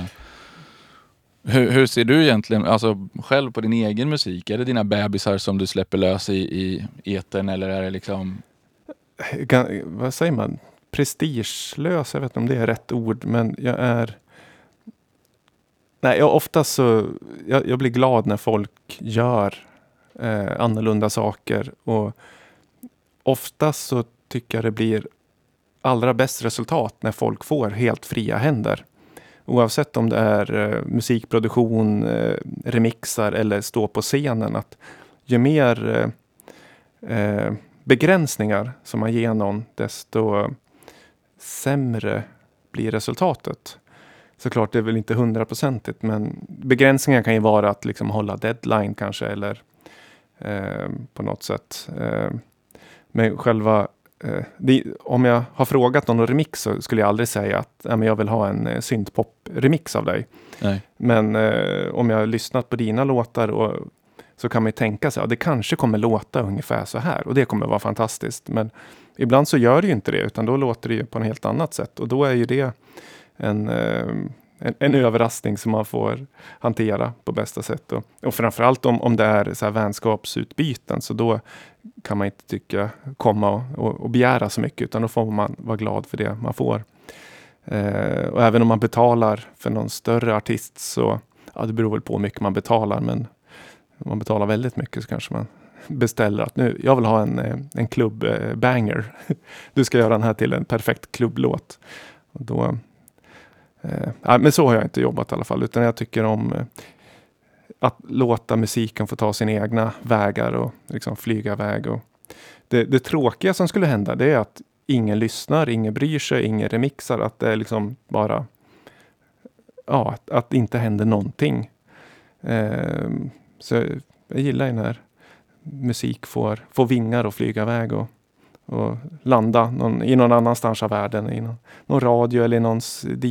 hur, hur ser du egentligen, alltså själv på din egen musik? Är det dina bebisar som du släpper lös i, i etern eller är det liksom... Ga- vad säger man? Prestigelös, jag vet inte om det är rätt ord, men jag är... Nej, jag oftast så... Jag, jag blir glad när folk gör eh, annorlunda saker och oftast så tycker jag det blir allra bäst resultat när folk får helt fria händer. Oavsett om det är eh, musikproduktion, eh, remixar eller stå på scenen. Att ju mer eh, eh, begränsningar som man ger någon, desto sämre blir resultatet. Såklart det är väl inte hundraprocentigt, men begränsningar kan ju vara att liksom hålla deadline kanske eller eh, på något sätt. Eh, men själva eh, det, om jag har frågat någon remix så skulle jag aldrig säga att eh, men jag vill ha en eh, syntpop-remix av dig. Nej. Men eh, om jag har lyssnat på dina låtar och, så kan man ju tänka sig att ja, det kanske kommer låta ungefär så här och det kommer vara fantastiskt. Men ibland så gör det ju inte det, utan då låter det ju på ett helt annat sätt och då är ju det en, eh, en, en överraskning som man får hantera på bästa sätt. Och, och framförallt om, om det är så här vänskapsutbyten, så då kan man inte tycka komma och, och, och begära så mycket, utan då får man vara glad för det man får. Eh, och även om man betalar för någon större artist så, ja det beror väl på hur mycket man betalar, men om man betalar väldigt mycket så kanske man beställer att nu, jag vill ha en, en klubbbanger. Du ska göra den här till en perfekt klubblåt. Och då, eh, nej, men så har jag inte jobbat i alla fall, utan jag tycker om eh, att låta musiken få ta sina egna vägar och liksom flyga iväg. Och det, det tråkiga som skulle hända, det är att ingen lyssnar, ingen bryr sig, ingen remixar, att det är liksom bara ja, att, att det inte händer någonting. Eh, så jag gillar när musik får, får vingar och flyga iväg och, och landa någon, i någon annanstans av världen, i någon, någon radio eller i någons D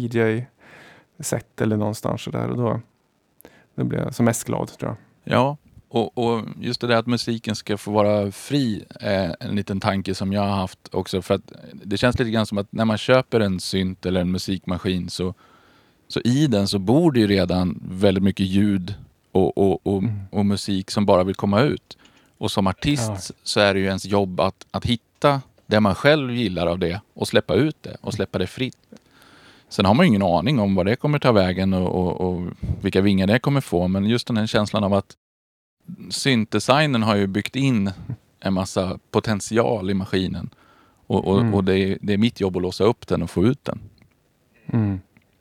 J-set eller någonstans så där, och då, då blir jag som mest glad, tror jag. Ja, och, och just det där att musiken ska få vara fri är en liten tanke som jag har haft också, för att det känns lite grann som att när man köper en synt eller en musikmaskin så, så i den så bor det ju redan väldigt mycket ljud och, och, och, mm. och musik som bara vill komma ut. Och som artist ja. så är det ju ens jobb att, att hitta det man själv gillar av det och släppa ut det och släppa det fritt. Sen har man ju ingen aning om vad det kommer ta vägen och, och, och vilka vingar det kommer få, men just den här känslan av att syntdesignen har ju byggt in en massa potential i maskinen och, och, mm. och det, är, det är mitt jobb att låsa upp den och få ut den. Mm.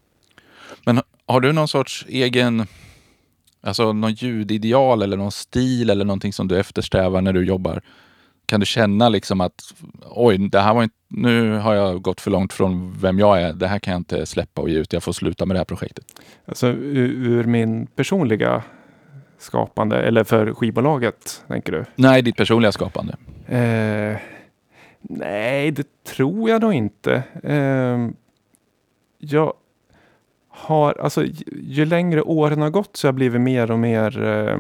Men har du någon sorts egen, alltså någon ljudideal eller någon stil eller någonting som du eftersträvar när du jobbar? Kan du känna liksom att oj, det här var inte, nu har jag gått för långt från vem jag är. Det här kan jag inte släppa och ge ut. Jag får sluta med det här projektet. Alltså ur, ur min personliga skapande, eller för skivbolaget, tänker du? Nej, ditt personliga skapande. Eh, nej, det tror jag nog inte. Eh, jag har, alltså ju, ju längre åren har gått så har jag blivit mer och mer eh,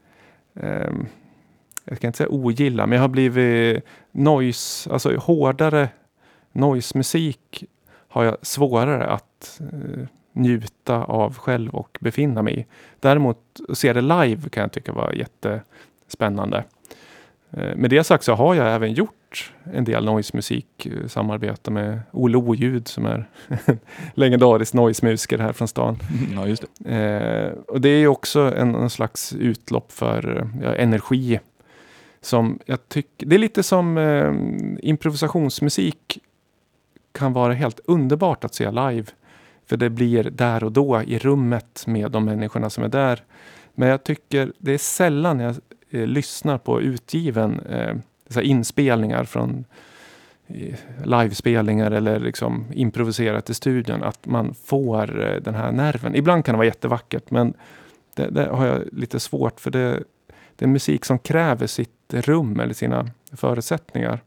eh, jag kan inte säga ogilla, men jag har blivit noise, alltså hårdare noise-musik har jag svårare att eh, njuta av själv och befinna mig i. Däremot att se det live kan jag tycka var jättespännande. Eh, med det sagt så har jag även gjort en del noise-musik, eh, samarbete med Olle O-ljud som är legendarisk noise-musiker här från stan. Ja, just det. Eh, och det är ju också en, en slags utlopp för ja, energi. Som jag tycker, det är lite som eh, improvisationsmusik kan vara helt underbart att se live. För det blir där och då i rummet med de människorna som är där. Men jag tycker det är sällan jag eh, lyssnar på utgiven eh, så här inspelningar från eh, livespelningar eller liksom improviserat i studion. Att man får eh, den här nerven. Ibland kan det vara jättevackert, men det, det har jag lite svårt för det. Det är musik som kräver sitt rum eller sina förutsättningar.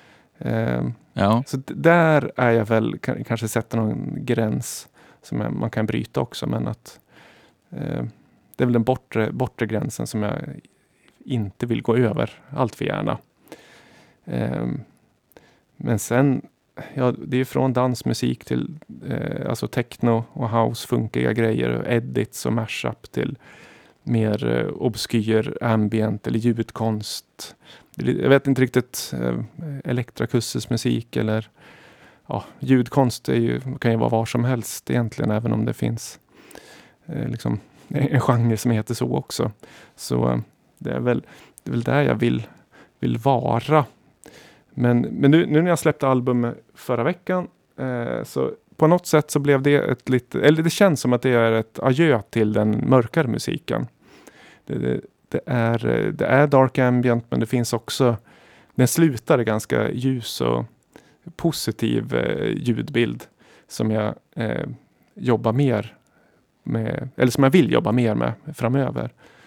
Eh, ja. Så d- där är jag väl, k- kanske sätter någon gräns som jag, man kan bryta också. Men att eh, det är väl den bortre, bortre gränsen som jag inte vill gå över allt för gärna. Eh, men sen, ja, det är från dansmusik till eh, alltså techno och house, funkiga grejer, och edits och mashup till mer eh, obskyr ambient eller ljudkonst. Jag vet inte riktigt, eh, elektrakustisk musik eller ja, ljudkonst är ju, kan ju vara var som helst egentligen, även om det finns eh, liksom en genre som heter så också. Så eh, det är väl, det är väl där jag vill, vill vara. Men, men nu, nu när jag släppte album förra veckan eh, så på något sätt så blev det ett lite, eller det känns som att det är ett adjö till den mörkare musiken. Det, det, det, är, det är dark ambient, men det finns också, den slutar i ganska ljus och positiv eh, ljudbild som jag eh, jobbar mer med, eller som jag vill jobba mer med framöver.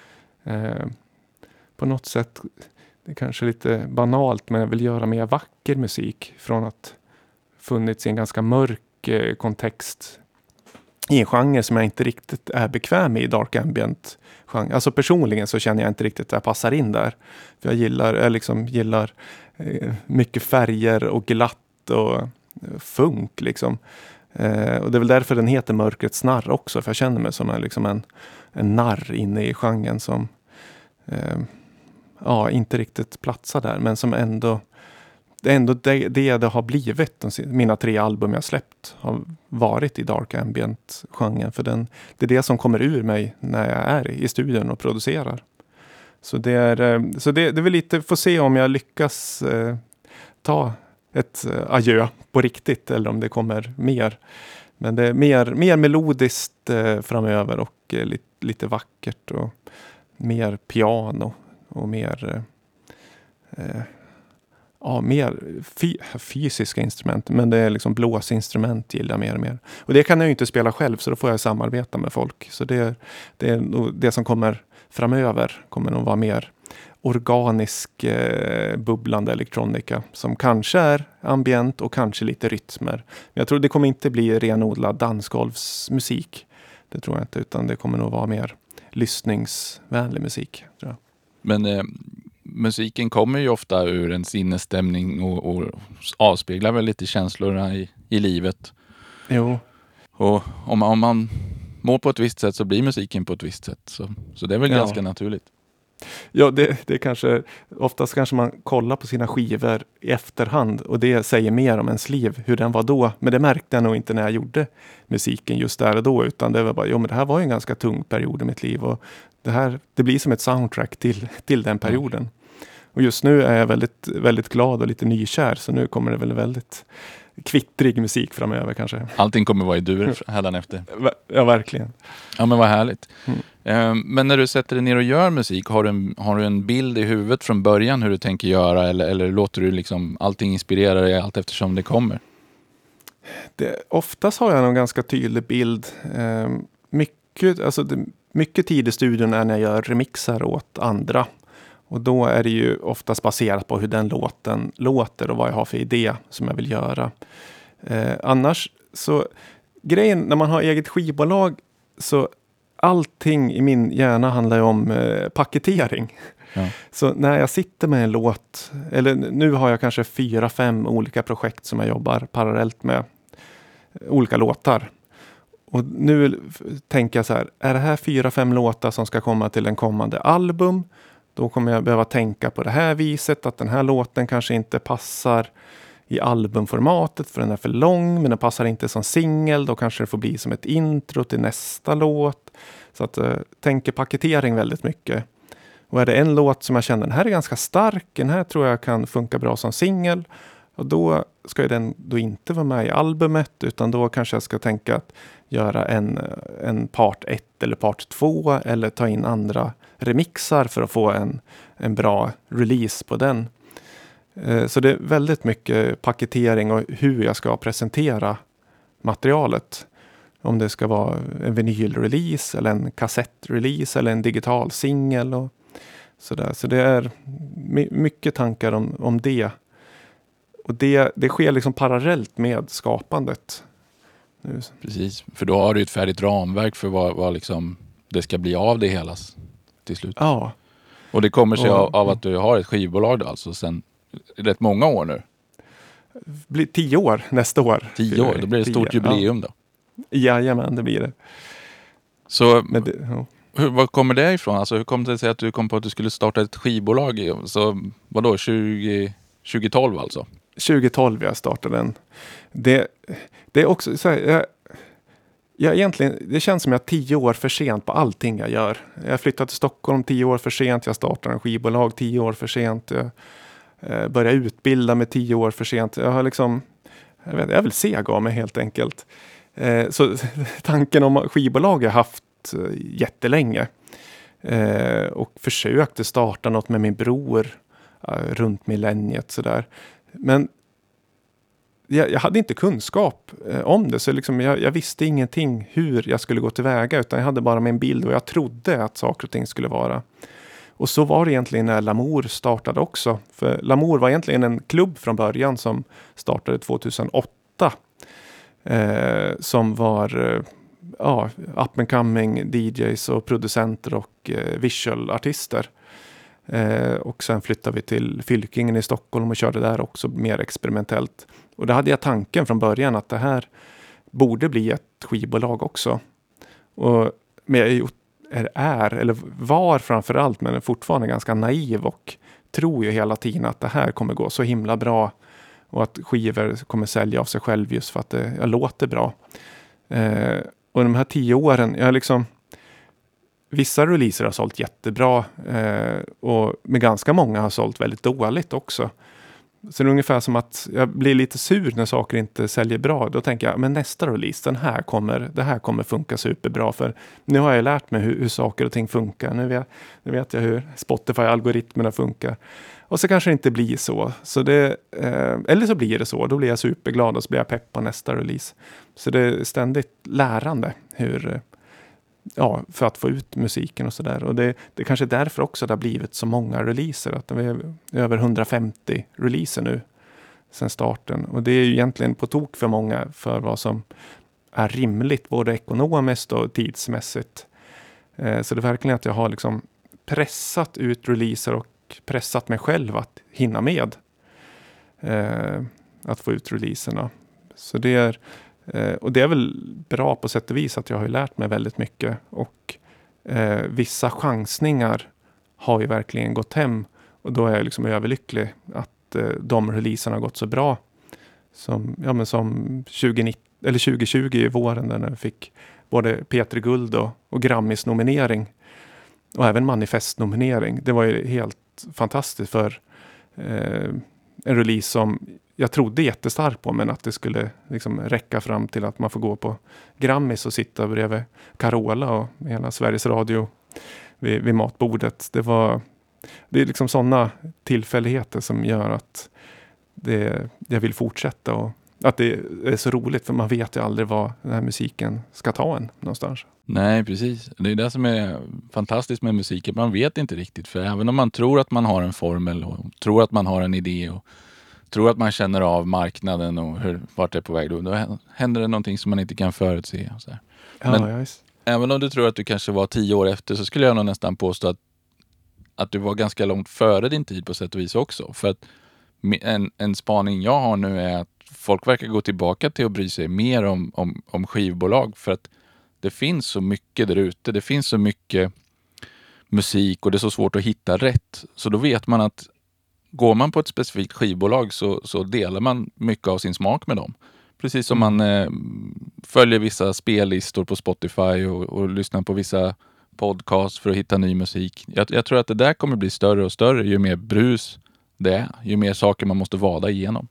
Eh, på något sätt, det är kanske lite banalt, men jag vill göra mer vacker musik från att funnits i en ganska mörk eh, kontext i en genre som jag inte riktigt är bekväm med i dark ambient genre. Alltså personligen så känner jag inte riktigt att jag passar in där. För jag gillar, jag liksom gillar eh, mycket färger och glatt och eh, funk liksom. Eh, och det är väl därför den heter Mörkrets narr också. För jag känner mig som en, liksom en, en narr inne i genren som eh, ja, inte riktigt platsar där. Men som ändå, det är ändå det det, det har blivit. De, mina tre album jag släppt har varit i dark ambient-genren. För den, det är det som kommer ur mig när jag är i studion och producerar. Så det är, så det, det är väl lite, får se om jag lyckas eh, ta ett eh, adjö på riktigt. Eller om det kommer mer. Men det är mer, mer melodiskt eh, framöver och eh, lite, lite vackert. Och mer piano och mer... Eh, Ja, mer fy- fysiska instrument. Men det är liksom blåsinstrument gillar jag mer och mer. Och det kan jag ju inte spela själv, så då får jag samarbeta med folk. Så det, det är nog det som kommer framöver. Kommer nog vara mer organisk eh, bubblande elektronika. Som kanske är ambient och kanske lite rytmer. Men jag tror det kommer inte bli renodlad dansgolvsmusik. Det tror jag inte, utan det kommer nog vara mer lyssningsvänlig musik, tror jag. Men eh, musiken kommer ju ofta ur en sinnesstämning och, och avspeglar väl lite känslorna i, i livet. Jo. Och om, om man mår på ett visst sätt så blir musiken på ett visst sätt. Så, så det är väl Ja. ganska naturligt. Ja, det, det kanske, oftast kanske man kollar på sina skivor i efterhand och det säger mer om ens liv, hur den var då. Men det märkte jag nog inte när jag gjorde musiken just där och då, utan det var bara, jo men det här var ju en ganska tung period i mitt liv och det här, det blir som ett soundtrack till, till den perioden. Mm. Och just nu är jag väldigt, väldigt glad och lite nykär, så nu kommer det väl väldigt kvittrig musik framöver kanske. Allting kommer vara i dur hädanefter. Ja, verkligen. Ja, men vad härligt. Mm. Men när du sätter dig ner och gör musik, har du, en, har du en bild i huvudet från början hur du tänker göra, eller, eller låter du liksom allting inspirera dig allt eftersom det kommer? Det, oftast har jag en ganska tydlig bild. Eh, mycket, alltså det, mycket tid i studion är när jag gör remixar åt andra. Och då är det ju oftast baserat på hur den låten låter och vad jag har för idé som jag vill göra. Eh, annars så, grejen när man har eget skivbolag, så allting i min hjärna handlar ju om eh, paketering. Ja. Så när jag sitter med en låt, eller nu har jag kanske fyra, fem olika projekt som jag jobbar parallellt med, olika låtar. Och nu tänker jag så här, är det här fyra, fem låtar som ska komma till en kommande album? Då kommer jag behöva tänka på det här viset, att den här låten kanske inte passar i albumformatet för den är för lång, men den passar inte som singel. Då kanske det får bli som ett intro till nästa låt. Så att jag tänker paketering väldigt mycket. Och är det en låt som jag känner, den här är ganska stark, den här tror jag kan funka bra som singel. Och då ska ju den då inte vara med i albumet, utan då kanske jag ska tänka att göra en, en part ett eller part två, eller ta in andra remixar för att få en, en bra release på den. Eh, så det är väldigt mycket paketering och hur jag ska presentera materialet. Om det ska vara en vinylrelease eller en kassettrelease eller en digital singel och sådär. Så det är my- mycket tankar om, om det. Och det, det sker liksom parallellt med skapandet. Nu. Precis, för då har du ett färdigt ramverk för vad, vad liksom det ska bli av det hela till slut. Ja. Och det kommer sig och, av, av att du har ett skivbolag då, alltså sen rätt många år nu. Blir tio år nästa år. Tio år, då blir det ett stort tio, jubileum då. Ja. Jajamän, det blir det. Så Men det, ja. hur, vad kommer det ifrån? Alltså hur kom det sig att du kom på att du skulle starta ett skivbolag? I, så vadå, tjugo, tjugohundratolv alltså? tjugohundratolv jag startade den. Det, det är också så här, jag, jag egentligen, det känns som jag är tio år för sent på allting jag gör. Jag flyttade till Stockholm tio år för sent. Jag startade en skivbolag tio år för sent. Jag eh, började utbilda mig tio år för sent. Jag har liksom, jag, vet, jag vill sega av mig helt enkelt. Eh, så tanken om skivbolag har jag haft eh, jättelänge. Eh, och försökte starta något med min bror eh, runt millenniet sådär. Men jag, jag hade inte kunskap eh, om det. Så liksom jag, jag visste ingenting hur jag skulle gå tillväga. Utan jag hade bara min bild och jag trodde att saker och ting skulle vara. Och så var det egentligen när Lamour startade också. För Lamour var egentligen en klubb från början som startade tjugohundraåtta. Eh, som var eh, ja, up and coming D Js och producenter och eh, visualartister. Eh, och sen flyttade vi till Fylkingen i Stockholm och körde där också mer experimentellt. Och då hade jag tanken från början att det här borde bli ett skivbolag också. Och, men jag är, är, eller var framförallt, men är fortfarande ganska naiv och tror ju hela tiden att det här kommer gå så himla bra. Och att skivor kommer sälja av sig själv just för att det jag låter bra. Eh, och de här tio åren, jag liksom... Vissa releaser har sålt jättebra eh, och med ganska många har sålt väldigt dåligt också. Så det är ungefär som att jag blir lite sur när saker inte säljer bra. Då tänker jag, men nästa release, den här kommer, det här kommer funka superbra. För nu har jag lärt mig hur, hur saker och ting funkar. Nu vet, nu vet jag hur Spotify-algoritmerna funkar. Och så kanske det inte blir så. så det, eh, eller så blir det så. Då blir jag superglad och så blir jag pepp på nästa release. Så det är ständigt lärande hur... Ja, för att få ut musiken och sådär. Och det, det är kanske därför också det har blivit så många releaser. Att det är över hundrafemtio releaser nu sedan starten. Och det är ju egentligen på tok för många för vad som är rimligt. Både ekonomiskt och tidsmässigt. Eh, så det är verkligen att jag har liksom pressat ut releaser och pressat mig själv att hinna med. Eh, att få ut releaserna. Så det är... Eh, och det är väl bra på sätt och vis att jag har lärt mig väldigt mycket. Och eh, vissa chansningar har ju verkligen gått hem. Och då är jag liksom överlycklig att eh, de releaserna har gått så bra. Som, ja, men som tjugonitton, eller tjugohundratjugo i våren där jag fick både P tre Guld och, och Grammys nominering. Och även Manifest-nominering. Det var ju helt fantastiskt för eh, en release som... Jag trodde jättestarkt på, men att det skulle liksom räcka fram till att man får gå på Grammis och sitta bredvid Carola och hela Sveriges Radio vid, vid matbordet. Det var det är liksom sådana tillfälligheter som gör att det, jag vill fortsätta och att det är så roligt, för man vet ju aldrig vad den här musiken ska ta en någonstans. Nej, precis. Det är det som är fantastiskt med musiken. Man vet inte riktigt, för även om man tror att man har en formel och tror att man har en idé och tror att man känner av marknaden och hur, vart det är på väg, då, då händer det någonting som man inte kan förutse. Och så här. Men ja, ja, även om du tror att du kanske var tio år efter, så skulle jag nog nästan påstå att, att du var ganska långt före din tid på sätt och vis också. För att en, en spaning jag har nu är att folk verkar gå tillbaka till att bry sig mer om, om, om skivbolag, för att det finns så mycket där ute. Det finns så mycket musik och det är så svårt att hitta rätt. Så då vet man att går man på ett specifikt skivbolag så, så delar man mycket av sin smak med dem. Precis som man eh, följer vissa spellistor på Spotify och, och lyssnar på vissa podcasts för att hitta ny musik. Jag, jag tror att det där kommer bli större och större ju mer brus det är. Ju mer saker man måste vada igenom.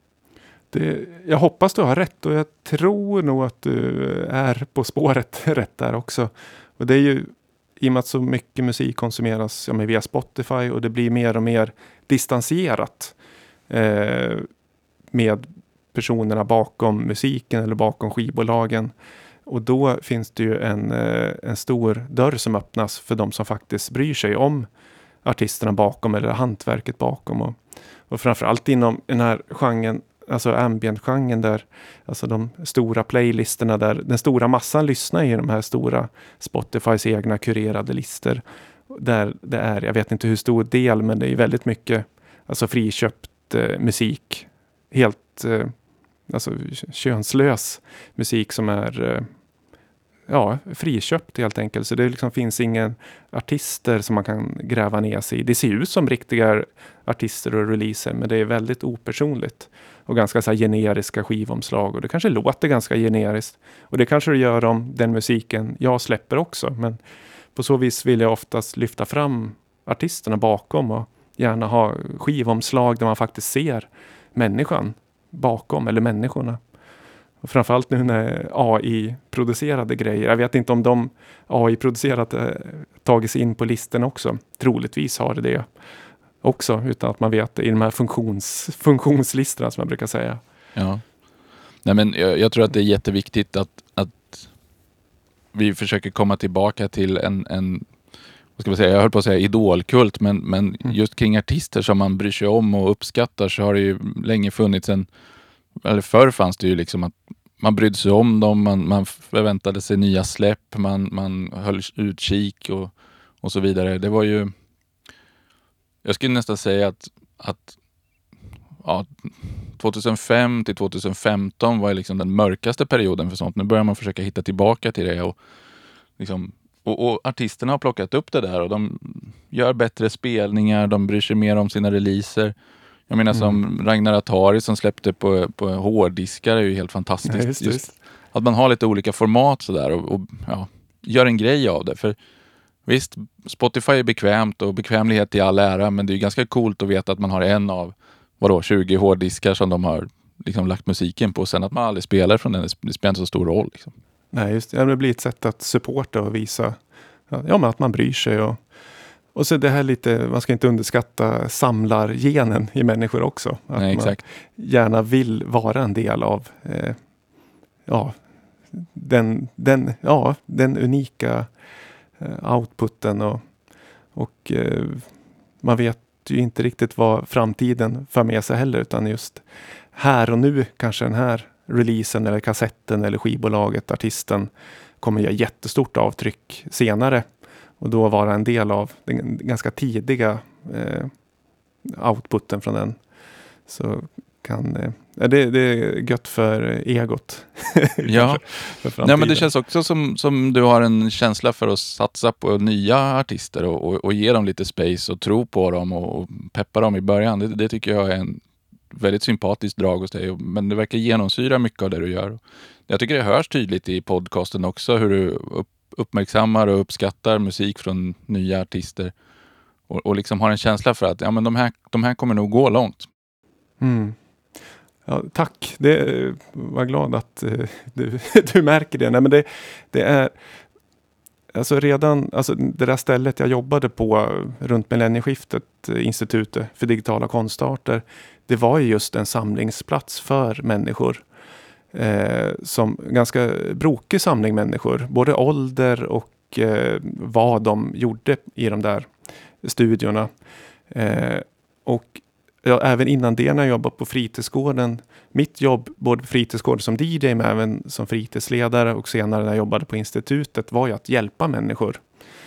Det, jag hoppas du har rätt, och jag tror nog att du är på spåret rätt där också. Och det är ju i och med att så mycket musik konsumeras ja, via Spotify, och det blir mer och mer distanserat eh, med personerna bakom musiken eller bakom skivbolagen. Och då finns det ju en, eh, en stor dörr som öppnas för de som faktiskt bryr sig om artisterna bakom eller hantverket bakom. Och, och framförallt inom den här genren, alltså ambient-genren, där alltså de stora playlisterna, där den stora massan lyssnar i de här stora Spotifys egna kurerade listor. Där det är, jag vet inte hur stor del, men det är väldigt mycket alltså friköpt eh, musik. Helt eh, alltså, könslös musik som är eh, ja, friköpt helt enkelt. Så det liksom finns ingen artister som man kan gräva ner sig i. Det ser ut som riktiga artister och releaser, men det är väldigt opersonligt. Och ganska så här generiska skivomslag. Och det kanske låter ganska generiskt. Och det kanske det gör om den musiken jag släpper också. Men på så vis vill jag oftast lyfta fram artisterna bakom. Och gärna ha skivomslag där man faktiskt ser människan bakom. Eller människorna. Och framförallt nu när A I-producerade grejer. Jag vet inte om de A I-producerade tagits in på listan också. Troligtvis har det det också. Utan att man vet det i de här funktions, funktionslistorna som jag brukar säga. Ja. Nej, men jag, jag tror att det är jätteviktigt att, att vi försöker komma tillbaka till en, en vad ska man säga, jag höll på att säga idolkult, men, men just kring artister som man bryr sig om och uppskattar så har det ju länge funnits en, eller förr fanns det ju liksom att man brydde sig om dem, man, man förväntade sig nya släpp, man, man höll utkik och, och så vidare. Det var ju, jag skulle nästan säga att, att ja, tjugohundrafem till tjugohundrafemton var liksom den mörkaste perioden för sånt. Nu börjar man försöka hitta tillbaka till det och, liksom, och, och artisterna har plockat upp det där och de gör bättre spelningar, de bryr sig mer om sina releaser. Jag menar som mm. Ragnar Atari som släppte på, på hårddiskar är ju helt fantastiskt. Ja, just, just. Just att man har lite olika format sådär och, och ja, gör en grej av det. För visst, Spotify är bekvämt och bekvämlighet i all ära, men det är ju ganska coolt att veta att man har en av vadå, tjugo hårddiskar som de har liksom lagt musiken på. Sen att man aldrig spelar från den, det spelar inte så stor roll. Liksom. Nej, just det. Det blir ett sätt att supporta och visa ja, men att man bryr sig. Och, och så det här lite, man ska inte underskatta samlargenen i människor också. Att Nej, exakt. Man gärna vill vara en del av eh, ja, den, den, ja, den unika eh, outputen. Och, och eh, man vet ju inte riktigt vad framtiden för med sig heller, utan just här och nu kanske den här releasen eller kassetten eller skivbolaget, artisten kommer göra jättestort avtryck senare och då vara en del av den ganska tidiga eh, outputen från den. Så kan eh, det, det är gött för egot. Ja, för Nej, men det känns också som, som du har en känsla för att satsa på nya artister och, och, och ge dem lite space och tro på dem och, och peppa dem i början. Det, det tycker jag är en väldigt sympatisk drag hos dig, men det verkar genomsyra mycket av det du gör. Jag tycker det hörs tydligt i podcasten också hur du upp, uppmärksammar och uppskattar musik från nya artister och, och liksom har en känsla för att ja, men de, här, de här kommer nog gå långt. Mm. Ja, tack. Det var glad att uh, du, du märker det. Nej, men det, det är alltså redan alltså det där stället jag jobbade på runt millennieskiftet, Institutet för digitala konstarter, det var ju just en samlingsplats för människor. Eh, som ganska brokig samling människor. Både ålder och eh, vad de gjorde i de där studiorna. Eh, och ja, även innan det när jag jobbade på fritidsgården. Mitt jobb, både på fritidsgården som D J men även som fritidsledare och senare när jag jobbade på institutet var ju att hjälpa människor.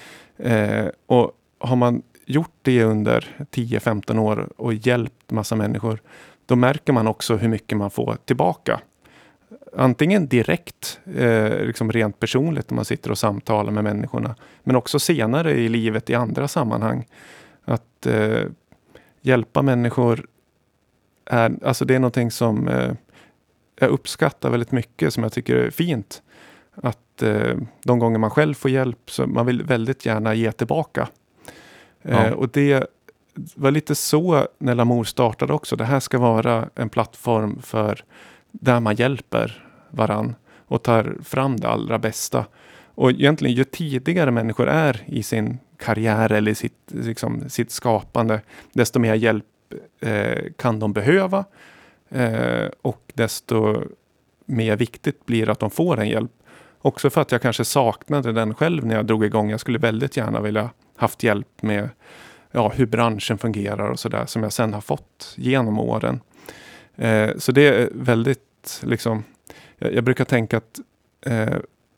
Eh, och har man gjort det under tio femton år och hjälpt massa människor, då märker man också hur mycket man får tillbaka. Antingen direkt, eh, liksom rent personligt när man sitter och samtalar med människorna, men också senare i livet i andra sammanhang. Att eh, hjälpa människor är, alltså det är någonting som eh, jag uppskattar väldigt mycket, som jag tycker är fint. Att eh, de gånger man själv får hjälp så man vill väldigt gärna ge tillbaka. Ja. Eh, och det var lite så när Lamour startade också. Det här ska vara en plattform för där man hjälper varann och tar fram det allra bästa. Och egentligen ju tidigare människor är i sin karriär eller sitt, liksom, sitt skapande, desto mer hjälp eh, kan de behöva. Eh, och desto mer viktigt blir att de får en hjälp. Också för att jag kanske saknade den själv när jag drog igång. Jag skulle väldigt gärna vilja haft hjälp med ja, hur branschen fungerar och sådär, som jag sen har fått genom åren. Eh, så det är väldigt, liksom, jag, jag brukar tänka att eh,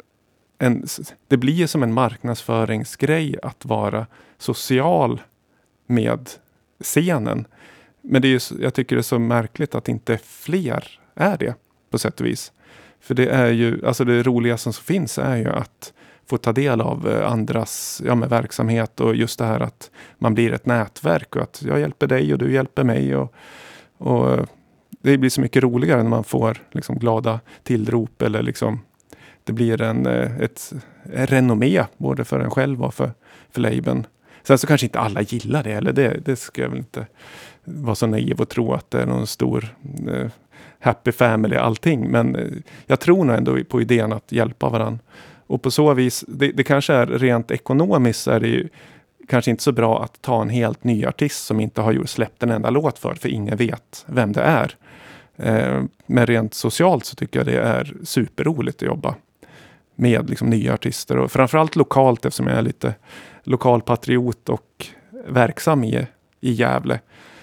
en, det blir som en marknadsföringsgrej att vara social med scenen. men det är ju, jag tycker det är så märkligt att inte fler är det på sätt och vis. För det är ju, alltså det roliga som finns är ju att få ta del av andras ja, med verksamhet och just det här att man blir ett nätverk och att jag hjälper dig och du hjälper mig och, och det blir så mycket roligare när man får liksom glada tillrop eller liksom det blir en, ett en renommé både för en själv och för, för labeln. Sen så kanske inte alla gillar det, eller det, det ska jag väl inte vara så naiv och tro att det är någon stor eh, happy family allting. Men eh, jag tror nog ändå på idén att hjälpa varandra. Och på så vis, det, det kanske är rent ekonomiskt så är det ju kanske inte så bra att ta en helt ny artist som inte har gjort, släppt en enda låt för, för ingen vet vem det är. Eh, men rent socialt så tycker jag det är superroligt att jobba med liksom nya artister och framförallt lokalt eftersom jag är lite lokalpatriot och verksam i, i Gävle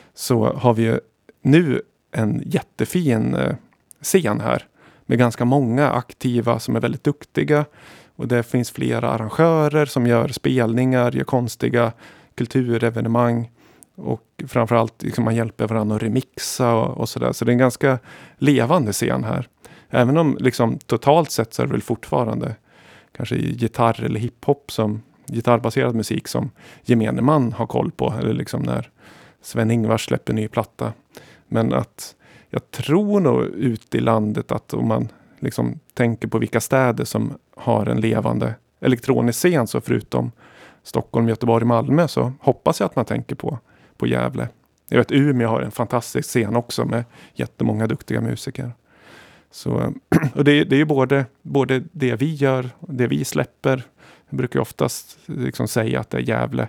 så har vi ju nu en jättefin eh, scen här med ganska många aktiva som är väldigt duktiga och det finns flera arrangörer som gör spelningar, gör konstiga kulturevenemang och framförallt liksom man hjälper varandra att remixa och, och sådär. Så det är en ganska levande scen här. Även om liksom totalt sett så är det väl fortfarande kanske gitarr eller hiphop som gitarrbaserad musik som gemene man har koll på. Eller liksom när Sven-Ingvars släpper ny platta. Men att jag tror nog ute i landet att om man liksom tänker på vilka städer som har en levande elektronisk scen så förutom Stockholm, Göteborg, Malmö så hoppas jag att man tänker på, på Gävle. Jag vet Umeå har en fantastisk scen också med jättemånga duktiga musiker. Så, och det, det är ju både, både det vi gör och det vi släpper. Jag brukar oftast liksom säga att det är Gävle.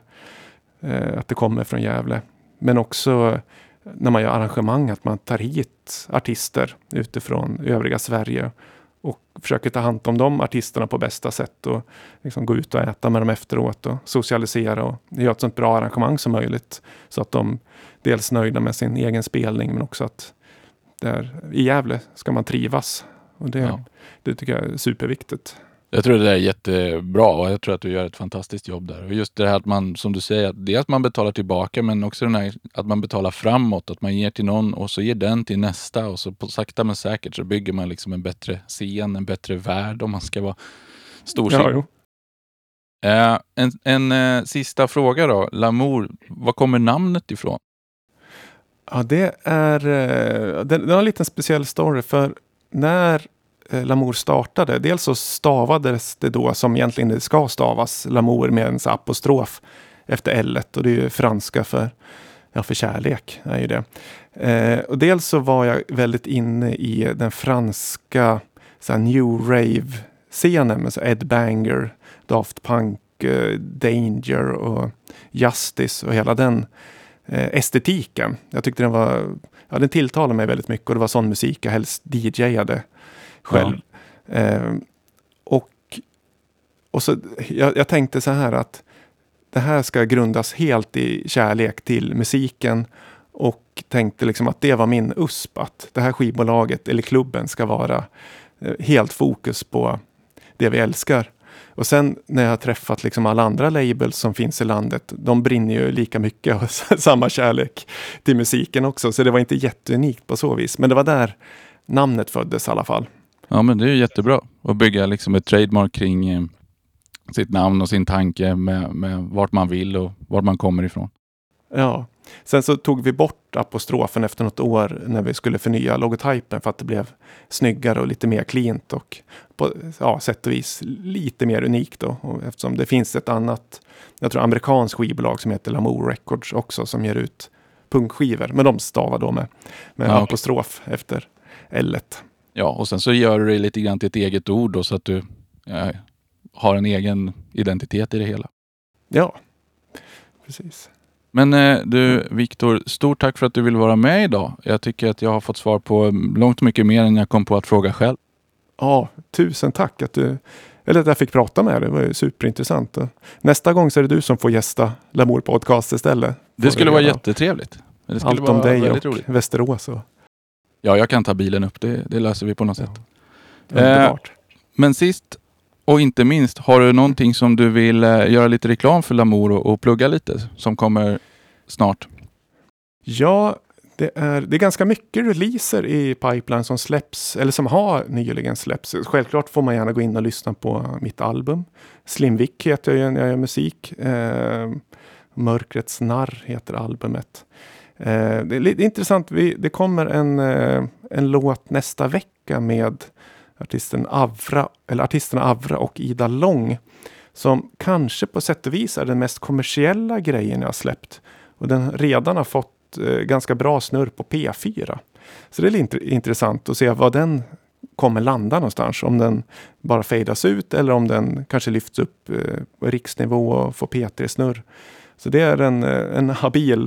Eh, att det kommer från Gävle. Men också när man gör arrangemang att man tar hit artister utifrån övriga Sverige. Och försöker ta hand om de artisterna på bästa sätt. Och liksom gå ut och äta med dem efteråt. Och socialisera och göra ett sånt bra arrangemang som möjligt. Så att de dels nöjda med sin egen spelning men också att där i Gävle ska man trivas. Och det, ja. det tycker jag är superviktigt. Jag tror det är jättebra och jag tror att du gör ett fantastiskt jobb där. Och just det här att man, som du säger, det är att man betalar tillbaka men också den här, att man betalar framåt. Att man ger till någon och så ger den till nästa och så på sakta men säkert så bygger man liksom en bättre scen, en bättre värld om man ska vara stor. Ja, jo. Eh, en en eh, sista fråga då. L'Amour, var kommer namnet ifrån? Ja, det är det, det är en liten speciell story för när eh, L'Amour startade, dels så stavades det då som egentligen det ska stavas L'Amour med en apostrof efter L-et och det är ju franska för, ja, för kärlek är ju det. Eh, och dels så var jag väldigt inne i den franska så här, new rave-scenen med så Ed Banger, Daft Punk, eh, Danger och Justice och hela den estetiken. Jag tyckte den var, ja, den tilltalade mig väldigt mycket och det var sån musik jag helst D J-ade själv. Ja. Eh, och och så jag, jag tänkte så här att det här ska grundas helt i kärlek till musiken och tänkte liksom att det var min U S P att det här skivbolaget eller klubben ska vara eh, helt fokus på det vi älskar. Och sen när jag har träffat liksom alla andra labels som finns i landet, de brinner ju lika mycket och samma kärlek till musiken också. Så det var inte jätteunikt på så vis. Men det var där namnet föddes i alla fall. Ja, men det är ju jättebra att bygga liksom ett trademark kring eh, sitt namn och sin tanke med, med vart man vill och vart man kommer ifrån. Ja, sen så tog vi bort apostrofen efter något år när vi skulle förnya logotypen för att det blev snyggare och lite mer cleant och på ja, sätt och vis lite mer unikt då. Och eftersom det finns ett annat, jag tror amerikanskt skivbolag som heter L'Amour Records också som ger ut punkskivor. Men de stavar då med, med ja, apostrof okay. efter L-et. Ja, och sen så gör du det lite grann till ett eget ord då, så att du ja, har en egen identitet i det hela. Ja, precis. Men eh, du, Viktor, stort tack för att du vill vara med idag. Jag tycker att jag har fått svar på långt mycket mer än jag kom på att fråga själv. Ja, tusen tack att du, eller att jag fick prata med dig. Det var ju superintressant. Nästa gång så är det du som får gästa L'Amour podcast istället. Det skulle vara jättetrevligt. Det skulle allt vara om dig och roligt. Västerås. Och... Ja, jag kan ta bilen upp. Det, det löser vi på något ja. sätt. Eh, men sist och inte minst, har du någonting som du vill eh, göra lite reklam för L'Amour och, och plugga lite som kommer snart? Ja, Det är, det är ganska mycket releaser i pipeline som släpps, eller som har nyligen släppts. Självklart får man gärna gå in och lyssna på mitt album. Slimvik heter jag när jag gör musik. Eh, Mörkrets narr heter albumet. Eh, det är lite intressant, vi, det kommer en, eh, en låt nästa vecka med artisten Avra, eller artisterna Avra och Ida Lång. Som kanske på sätt och vis är den mest kommersiella grejen jag har släppt. Och den redan har fått ganska bra snurr på P fyra. Så det är lite intressant att se vad den kommer landa någonstans. Om den bara fejdas ut eller om den kanske lyfts upp på riksnivå och får P tre-snurr. Så det är en, en habil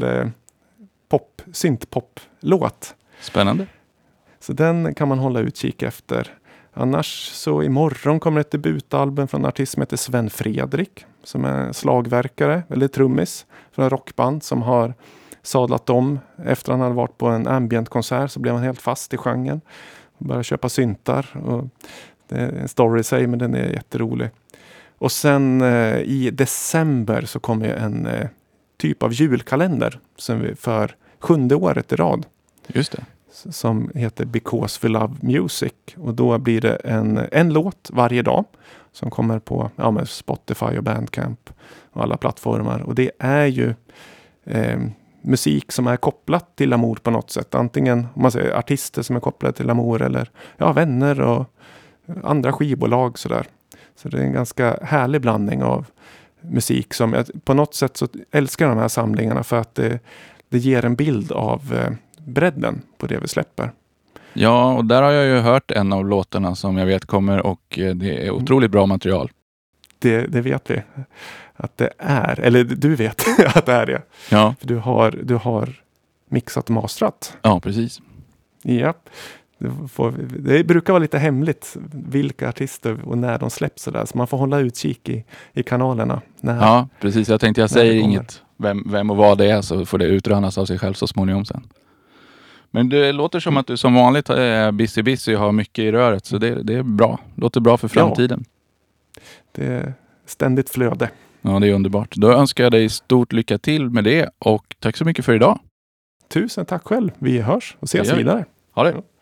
pop, syntpop-låt. Spännande. Så den kan man hålla utkik efter. Annars så imorgon kommer ett debutalbum från en artist som heter Sven Fredrik. Som är slagverkare, eller trummis. Från en rockband som har sadlat om. Efter han hade varit på en ambient-konsert så blev han helt fast i genren. Började köpa syntar. Och det är en story i sig, men den är jätterolig. Och sen eh, i december så kommer en eh, typ av julkalender. Som vi för sjunde året i rad. Just det. Som heter Because We Love Music. Och då blir det en, en låt varje dag. Som kommer på ja, med Spotify och Bandcamp. Och alla plattformar. Och det är ju eh, musik som är kopplat till Lamour på något sätt. Antingen om man säger artister som är kopplade till Lamour. Eller ja, vänner och andra skivbolag sådär. Så det är en ganska härlig blandning av musik. Som jag, på något sätt så älskar de här samlingarna. För att det, det ger en bild av eh, bredden på det vi släpper. Ja, och där har jag ju hört en av låtarna som jag vet kommer och det är otroligt bra material. Det, det vet vi att det är. Eller du vet att det är det. Ja. För du har, du har mixat och mastrat. Ja, precis. Ja. Det, får, det brukar vara lite hemligt vilka artister och när de släpps så där. Så man får hålla utkik i, i kanalerna. När, ja, precis. Jag tänkte jag säger inget vem, vem och vad det är så får det utrönas av sig själv så småningom sen. Men det låter som att du som vanligt är busy busy och har mycket i röret. Så det, det är bra. Låter bra för framtiden. Ja, det är ständigt flöde. Ja, det är underbart. Då önskar jag dig stort lycka till med det. Och tack så mycket för idag. Tusen tack själv. Vi hörs och ses vidare. Ha det.